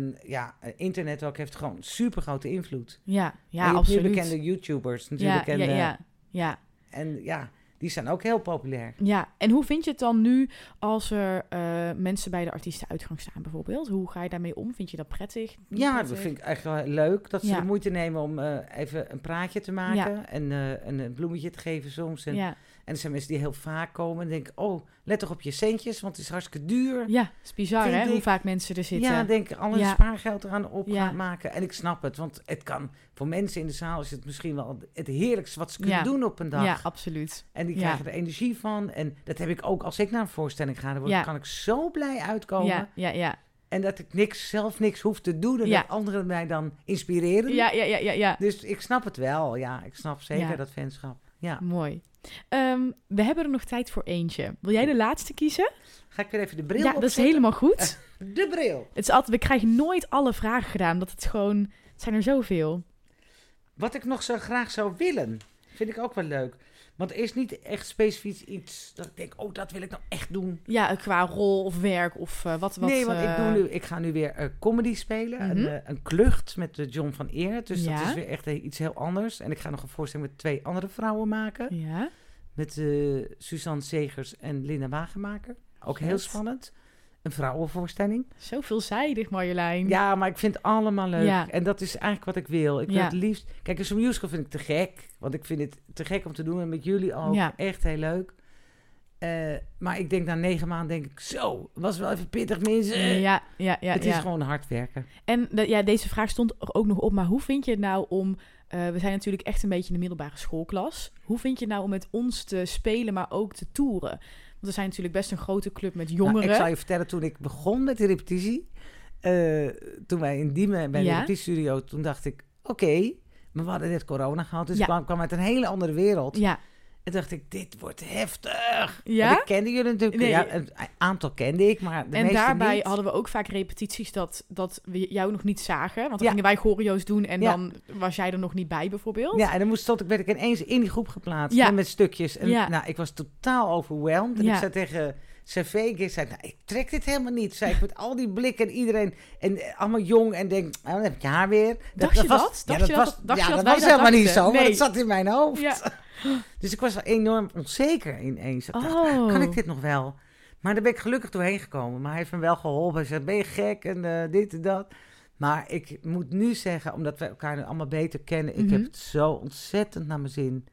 internet ook heeft gewoon super grote invloed. Ja, absoluut. Nu bekende YouTubers natuurlijk. Ja. En die zijn ook heel populair. Ja, en hoe vind je het dan nu als er mensen bij de artiestenuitgang staan bijvoorbeeld? Hoe ga je daarmee om? Vind je dat prettig? Ja, dat vind ik eigenlijk wel leuk. Dat ze de moeite nemen om even een praatje te maken. En een bloemetje te geven soms. En er zijn mensen die heel vaak komen en denken... Oh, let toch op je centjes, want het is hartstikke duur. Ja, het is bizar hè, hoe vaak mensen er zitten. Ja, denk alle spaargeld eraan op gaan maken. En ik snap het, want het kan... Voor mensen in de zaal is het misschien wel het heerlijkste wat ze kunnen doen op een dag. Ja, absoluut. En die krijgen er energie van. En dat heb ik ook als ik naar een voorstelling ga. Dan kan ik zo blij uitkomen. Ja. En dat ik zelf niks hoef te doen. En dat anderen mij dan inspireren. Ja. Dus ik snap het wel. Ja, ik snap zeker dat fanschap. Ja. Mooi. We hebben er nog tijd voor eentje. Wil jij de laatste kiezen? Ga ik weer even de bril opzetten? Ja, dat is helemaal goed. De bril. Het is altijd, we krijgen nooit alle vragen gedaan. Dat het zijn er zoveel. Wat ik nog zo graag zou willen, vind ik ook wel leuk. Want er is niet echt specifiek iets dat ik denk, dat wil ik nou echt doen. Ja, qua rol of werk of wat. Nee, want ik ga nu weer comedy spelen. Mm-hmm. Een klucht met John van Eert. Dus dat is weer echt iets heel anders. En ik ga nog een voorstelling met 2 andere vrouwen maken. Ja. Met Suzanne Segers en Linda Wagenmaker. Ook heel spannend. een vrouwenvoorstelling. Zo veelzijdig, Marjolein. Ja, maar ik vind het allemaal leuk. Ja. En dat is eigenlijk wat ik wil. Ik wil het liefst... Kijk, een musical vind ik te gek. Want ik vind het te gek om te doen. En met jullie ook. Ja. Echt heel leuk. Maar ik denk na 9 maanden, denk ik, zo, was wel even pittig, mensen. Ja. Het is gewoon hard werken. En deze vraag stond er ook nog op. Maar hoe vind je het nou om... we zijn natuurlijk echt een beetje in de middelbare schoolklas. Hoe vind je het nou om met ons te spelen, maar ook te toeren? Want we zijn natuurlijk best een grote club met jongeren. Nou, ik zal je vertellen, toen ik begon met de repetitie... toen wij in Diemen bij de repetitiestudio... toen dacht ik, oké, maar we hadden net corona gehad... dus ik kwam uit een hele andere wereld... Ja. En dacht ik, dit wordt heftig. Ja? Want ik kende jullie natuurlijk. Nee. Ja, een aantal kende ik, maar de meeste daarbij niet. hadden we ook vaak repetities dat we jou nog niet zagen. Want dan gingen wij choreo's doen en dan was jij er nog niet bij bijvoorbeeld. Ja, en dan werd ik ineens in die groep geplaatst met stukjes. En nou, ik was totaal overwhelmed. En ik zei tegen CV, ik zei, nou, ik trek dit helemaal niet. Zei ik met al die blikken en iedereen en allemaal jong en denk, nou, dan heb ik je haar weer. Dacht je dat? Dat was helemaal niet zo, maar dat zat in mijn hoofd. Ja. Dus ik was enorm onzeker ineens. Ik dacht, kan ik dit nog wel? Maar daar ben ik gelukkig doorheen gekomen. Maar hij heeft me wel geholpen. Hij zei, ben je gek? En dit en dat. Maar ik moet nu zeggen, omdat we elkaar nu allemaal beter kennen... ik heb het zo ontzettend naar mijn zin.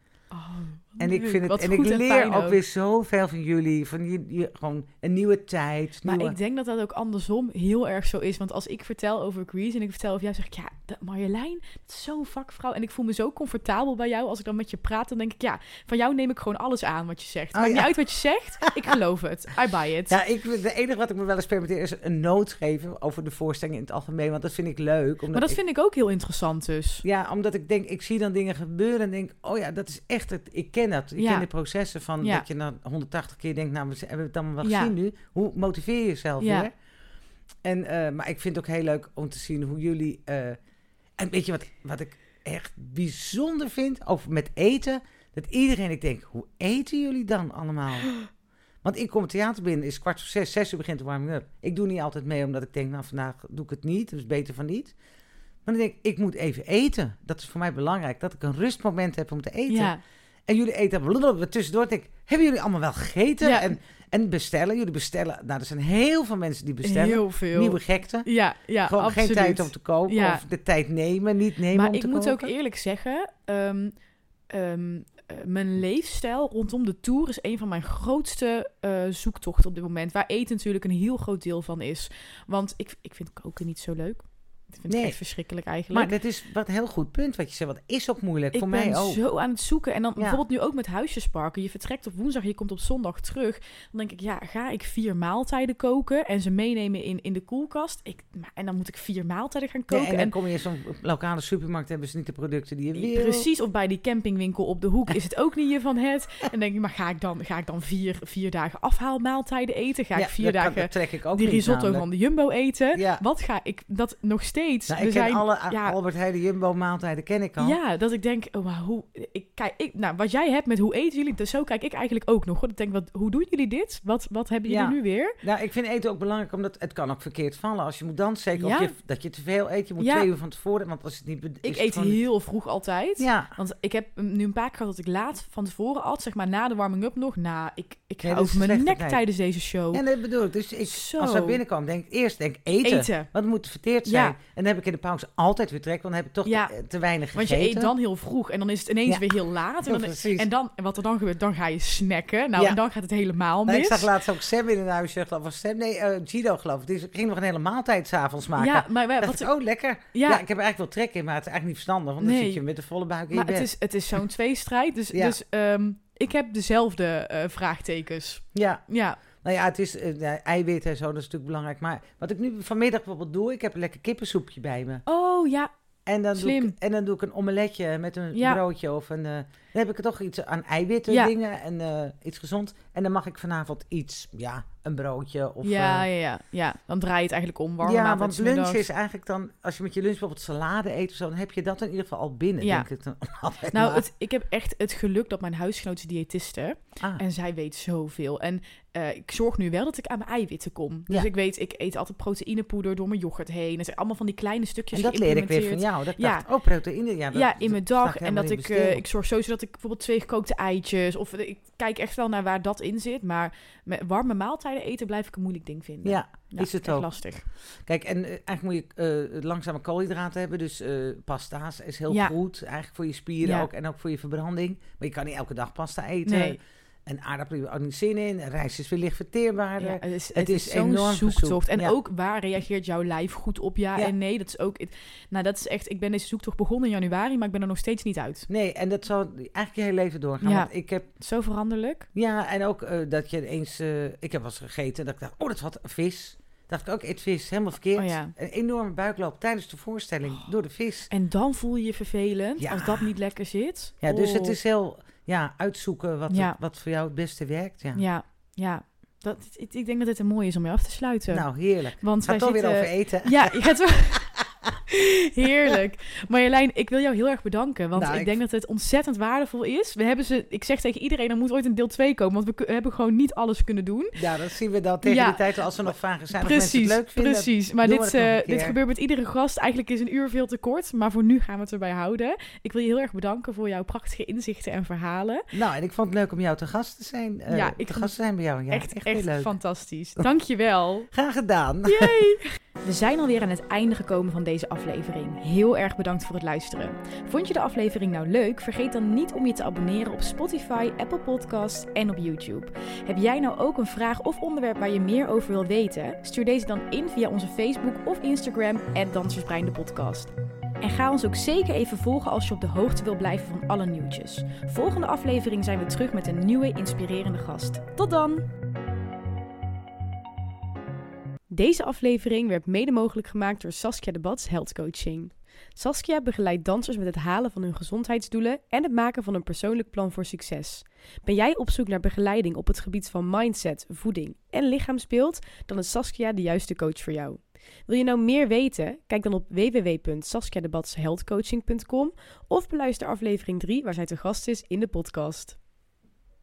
En ik vind het, en ik leer ook weer zoveel van jullie. Van je gewoon een nieuwe tijd. Maar ik denk dat dat ook andersom heel erg zo is. Want als ik vertel over Grease en ik vertel over jou, zeg ik, ja, Marjolein, dat is zo'n vakvrouw. En ik voel me zo comfortabel bij jou. Als ik dan met je praat, dan denk ik, ja, van jou neem ik gewoon alles aan wat je zegt. Maakt niet uit wat je zegt. Ik geloof het. I buy it. Ja, de enige wat ik me wel eens permitteer is een noot geven over de voorstelling in het algemeen. Want dat vind ik leuk. Maar dat vind ik ook heel interessant dus. Ja, omdat ik denk, ik zie dan dingen gebeuren en denk, oh ja, dat is echt het. Ik ken dat. Ik ken de processen van dat je na 180 keer denkt, nou, we hebben het allemaal wel gezien nu. Hoe motiveer je jezelf weer? En, maar ik vind het ook heel leuk om te zien hoe jullie... en weet je wat ik echt bijzonder vind over met eten? Dat iedereen, ik denk, hoe eten jullie dan allemaal? Want ik kom het theater binnen, is 5:45, 6:00 begint de warming-up. Ik doe niet altijd mee, omdat ik denk, nou, vandaag doe ik het niet. Dus beter van niet. Maar dan denk ik moet even eten. Dat is voor mij belangrijk, dat ik een rustmoment heb om te eten. Ja. En jullie eten blablabla, tussendoor. Denk ik, hebben jullie allemaal wel gegeten? Ja. En bestellen? Jullie bestellen. Nou, er zijn heel veel mensen die bestellen. Heel veel. Nieuwe gekte. Ja, gewoon absoluut. Geen tijd om te koken. Of de tijd nemen, niet nemen maar om te koken. Maar ik moet ook eerlijk zeggen... mijn leefstijl rondom de tour is een van mijn grootste zoektochten op dit moment. Waar eten natuurlijk een heel groot deel van is. Want ik vind koken niet zo leuk. Ik vind het echt verschrikkelijk eigenlijk. Maar dat is wat een heel goed punt wat je zegt. Want is ook moeilijk voor mij ook. Ik ben zo aan het zoeken. En dan bijvoorbeeld nu ook met huisjesparken. Je vertrekt op woensdag, je komt op zondag terug. Dan denk ik, ja, ga ik 4 maaltijden koken en ze meenemen in de koelkast? En dan moet ik 4 maaltijden gaan koken. Ja, en dan kom je in zo'n lokale supermarkt, hebben ze niet de producten die je wil. Precies, of bij die campingwinkel op de hoek is het ook niet je van het. En dan denk ik, maar ga ik dan 4 dagen afhaalmaaltijden eten? Ga ik 4 dagen die risotto van de Jumbo eten? Ja. Wat ga ik dat nog steeds? Nou, ik ken alle Albert Heijn Jumbo maaltijden ken ik al. Ja, dat ik denk, wat jij hebt met hoe eten jullie, dus zo kijk ik eigenlijk ook nog. Hoor. Ik denk, hoe doen jullie dit? Wat hebben jullie nu weer? Nou, ik vind eten ook belangrijk, omdat het kan ook verkeerd vallen. Als je moet dansen, zeker of dat je te veel eet. Je moet 2 uur van tevoren, want als het niet... Ik eet heel vroeg altijd. Ja. Want ik heb nu een paar keer gehad dat ik laat van tevoren at, zeg maar na de warming-up nog. Nou, ik ga over mijn nek tijdens deze show. En dat bedoel ik. Dus als we binnenkomen, denk ik eerst eten. Want het moet verteerd zijn. Ja. En dan heb ik in de pauze altijd weer trek, want dan heb ik toch te weinig gegeten. Want je eet dan heel vroeg en dan is het ineens weer heel laat. En wat er dan gebeurt, dan ga je snacken. Nou, en dan gaat het helemaal mis. Ik zag laatst ook Sam in een huisje, Guido geloof ik. Dus ik ging nog een hele maaltijd 's avonds maken. Ja, maar lekker. Ja, ik heb er eigenlijk wel trek in, maar het is eigenlijk niet verstandig, want dan zit je met de volle buik in je bed. Het is zo'n tweestrijd. Dus ik heb dezelfde vraagtekens. Ja. Nou ja, het is eiwit en zo, dat is natuurlijk belangrijk. Maar wat ik nu vanmiddag bijvoorbeeld doe, ik heb een lekker kippensoepje bij me. Oh ja, en dan doe ik een omeletje met een broodje of een... dan heb ik er toch iets aan eiwitten dingen en iets gezond. En dan mag ik vanavond iets, een broodje of... Ja. Dan draai je het eigenlijk om. Want lunch is eigenlijk dan... Als je met je lunch bijvoorbeeld salade eet of zo, dan heb je dat in ieder geval al binnen, denk ik dan altijd. Nou, ik heb echt het geluk dat mijn huisgenoot is diëtiste. En zij weet zoveel. En ik zorg nu wel dat ik aan mijn eiwitten kom. Dus ik weet, ik eet altijd proteïnepoeder door mijn yoghurt heen. Dat zijn allemaal van die kleine stukjes. En dat leer ik weer van jou. Dat dacht, proteïne. In mijn dag. En dat ik zorg sowieso dat ik bijvoorbeeld 2 gekookte eitjes. Of ik kijk echt wel naar waar dat in zit. Maar met warme maaltijden eten blijf ik een moeilijk ding vinden. Ja, is het ook. Lastig. Kijk, en eigenlijk moet je langzame koolhydraten hebben. Dus pasta's is heel goed. Eigenlijk voor je spieren ook. En ook voor je verbranding. Maar je kan niet elke dag pasta eten. Nee. En aardappelen heb je ook niet zin in. Rijst is wellicht verteerbaarder. Ja, het is zo'n enorm zoektocht. En ook, waar reageert jouw lijf goed op en nee? Dat is ook... dat is echt... Ik ben deze zoektocht begonnen in januari, maar ik ben er nog steeds niet uit. Nee, en dat zal eigenlijk je hele leven doorgaan. Ja, want ik heb... zo veranderlijk. Ja, en ook dat je eens... ik heb wel eens gegeten dat ik dacht, dat wat vis. Dacht ik ook, eet vis, helemaal verkeerd. Een enorme buikloop tijdens de voorstelling door de vis. En dan voel je je vervelend als dat niet lekker zit. Ja, dus het is heel... uitzoeken wat voor jou het beste werkt. Ja. Ik denk dat dit een mooi is om mee af te sluiten. Nou, heerlijk. Want gaat toch weer over eten. Ja, je gaat wel... Heerlijk. Marjolein, ik wil jou heel erg bedanken. Want ik denk dat het ontzettend waardevol is. Ik zeg tegen iedereen, er moet ooit een deel 2 komen. Want we hebben gewoon niet alles kunnen doen. Ja, dat zien we dan tegen die tijd als er nog vragen zijn. Precies, of mensen het leuk vinden. Precies. Maar dit gebeurt met iedere gast. Eigenlijk is een uur veel te kort. Maar voor nu gaan we het erbij houden. Ik wil je heel erg bedanken voor jouw prachtige inzichten en verhalen. Nou, en ik vond het leuk om jou te gast te zijn. Te gast te zijn bij jou. Ja, echt heel leuk. Fantastisch. Dank je wel. Graag gedaan. Yay. We zijn alweer aan het einde gekomen van deze aflevering. Heel erg bedankt voor het luisteren. Vond je de aflevering nou leuk? Vergeet dan niet om je te abonneren op Spotify, Apple Podcasts en op YouTube. Heb jij nou ook een vraag of onderwerp waar je meer over wil weten? Stuur deze dan in via onze Facebook of Instagram @dansersbrein_de_podcast. En ga ons ook zeker even volgen als je op de hoogte wil blijven van alle nieuwtjes. Volgende aflevering zijn we terug met een nieuwe inspirerende gast. Tot dan! Deze aflevering werd mede mogelijk gemaakt door Saskia de Bats Health Coaching. Saskia begeleidt dansers met het halen van hun gezondheidsdoelen en het maken van een persoonlijk plan voor succes. Ben jij op zoek naar begeleiding op het gebied van mindset, voeding en lichaamsbeeld? Dan is Saskia de juiste coach voor jou. Wil je nou meer weten? Kijk dan op www.saskiadebatshealthcoaching.com of beluister aflevering 3 waar zij te gast is in de podcast.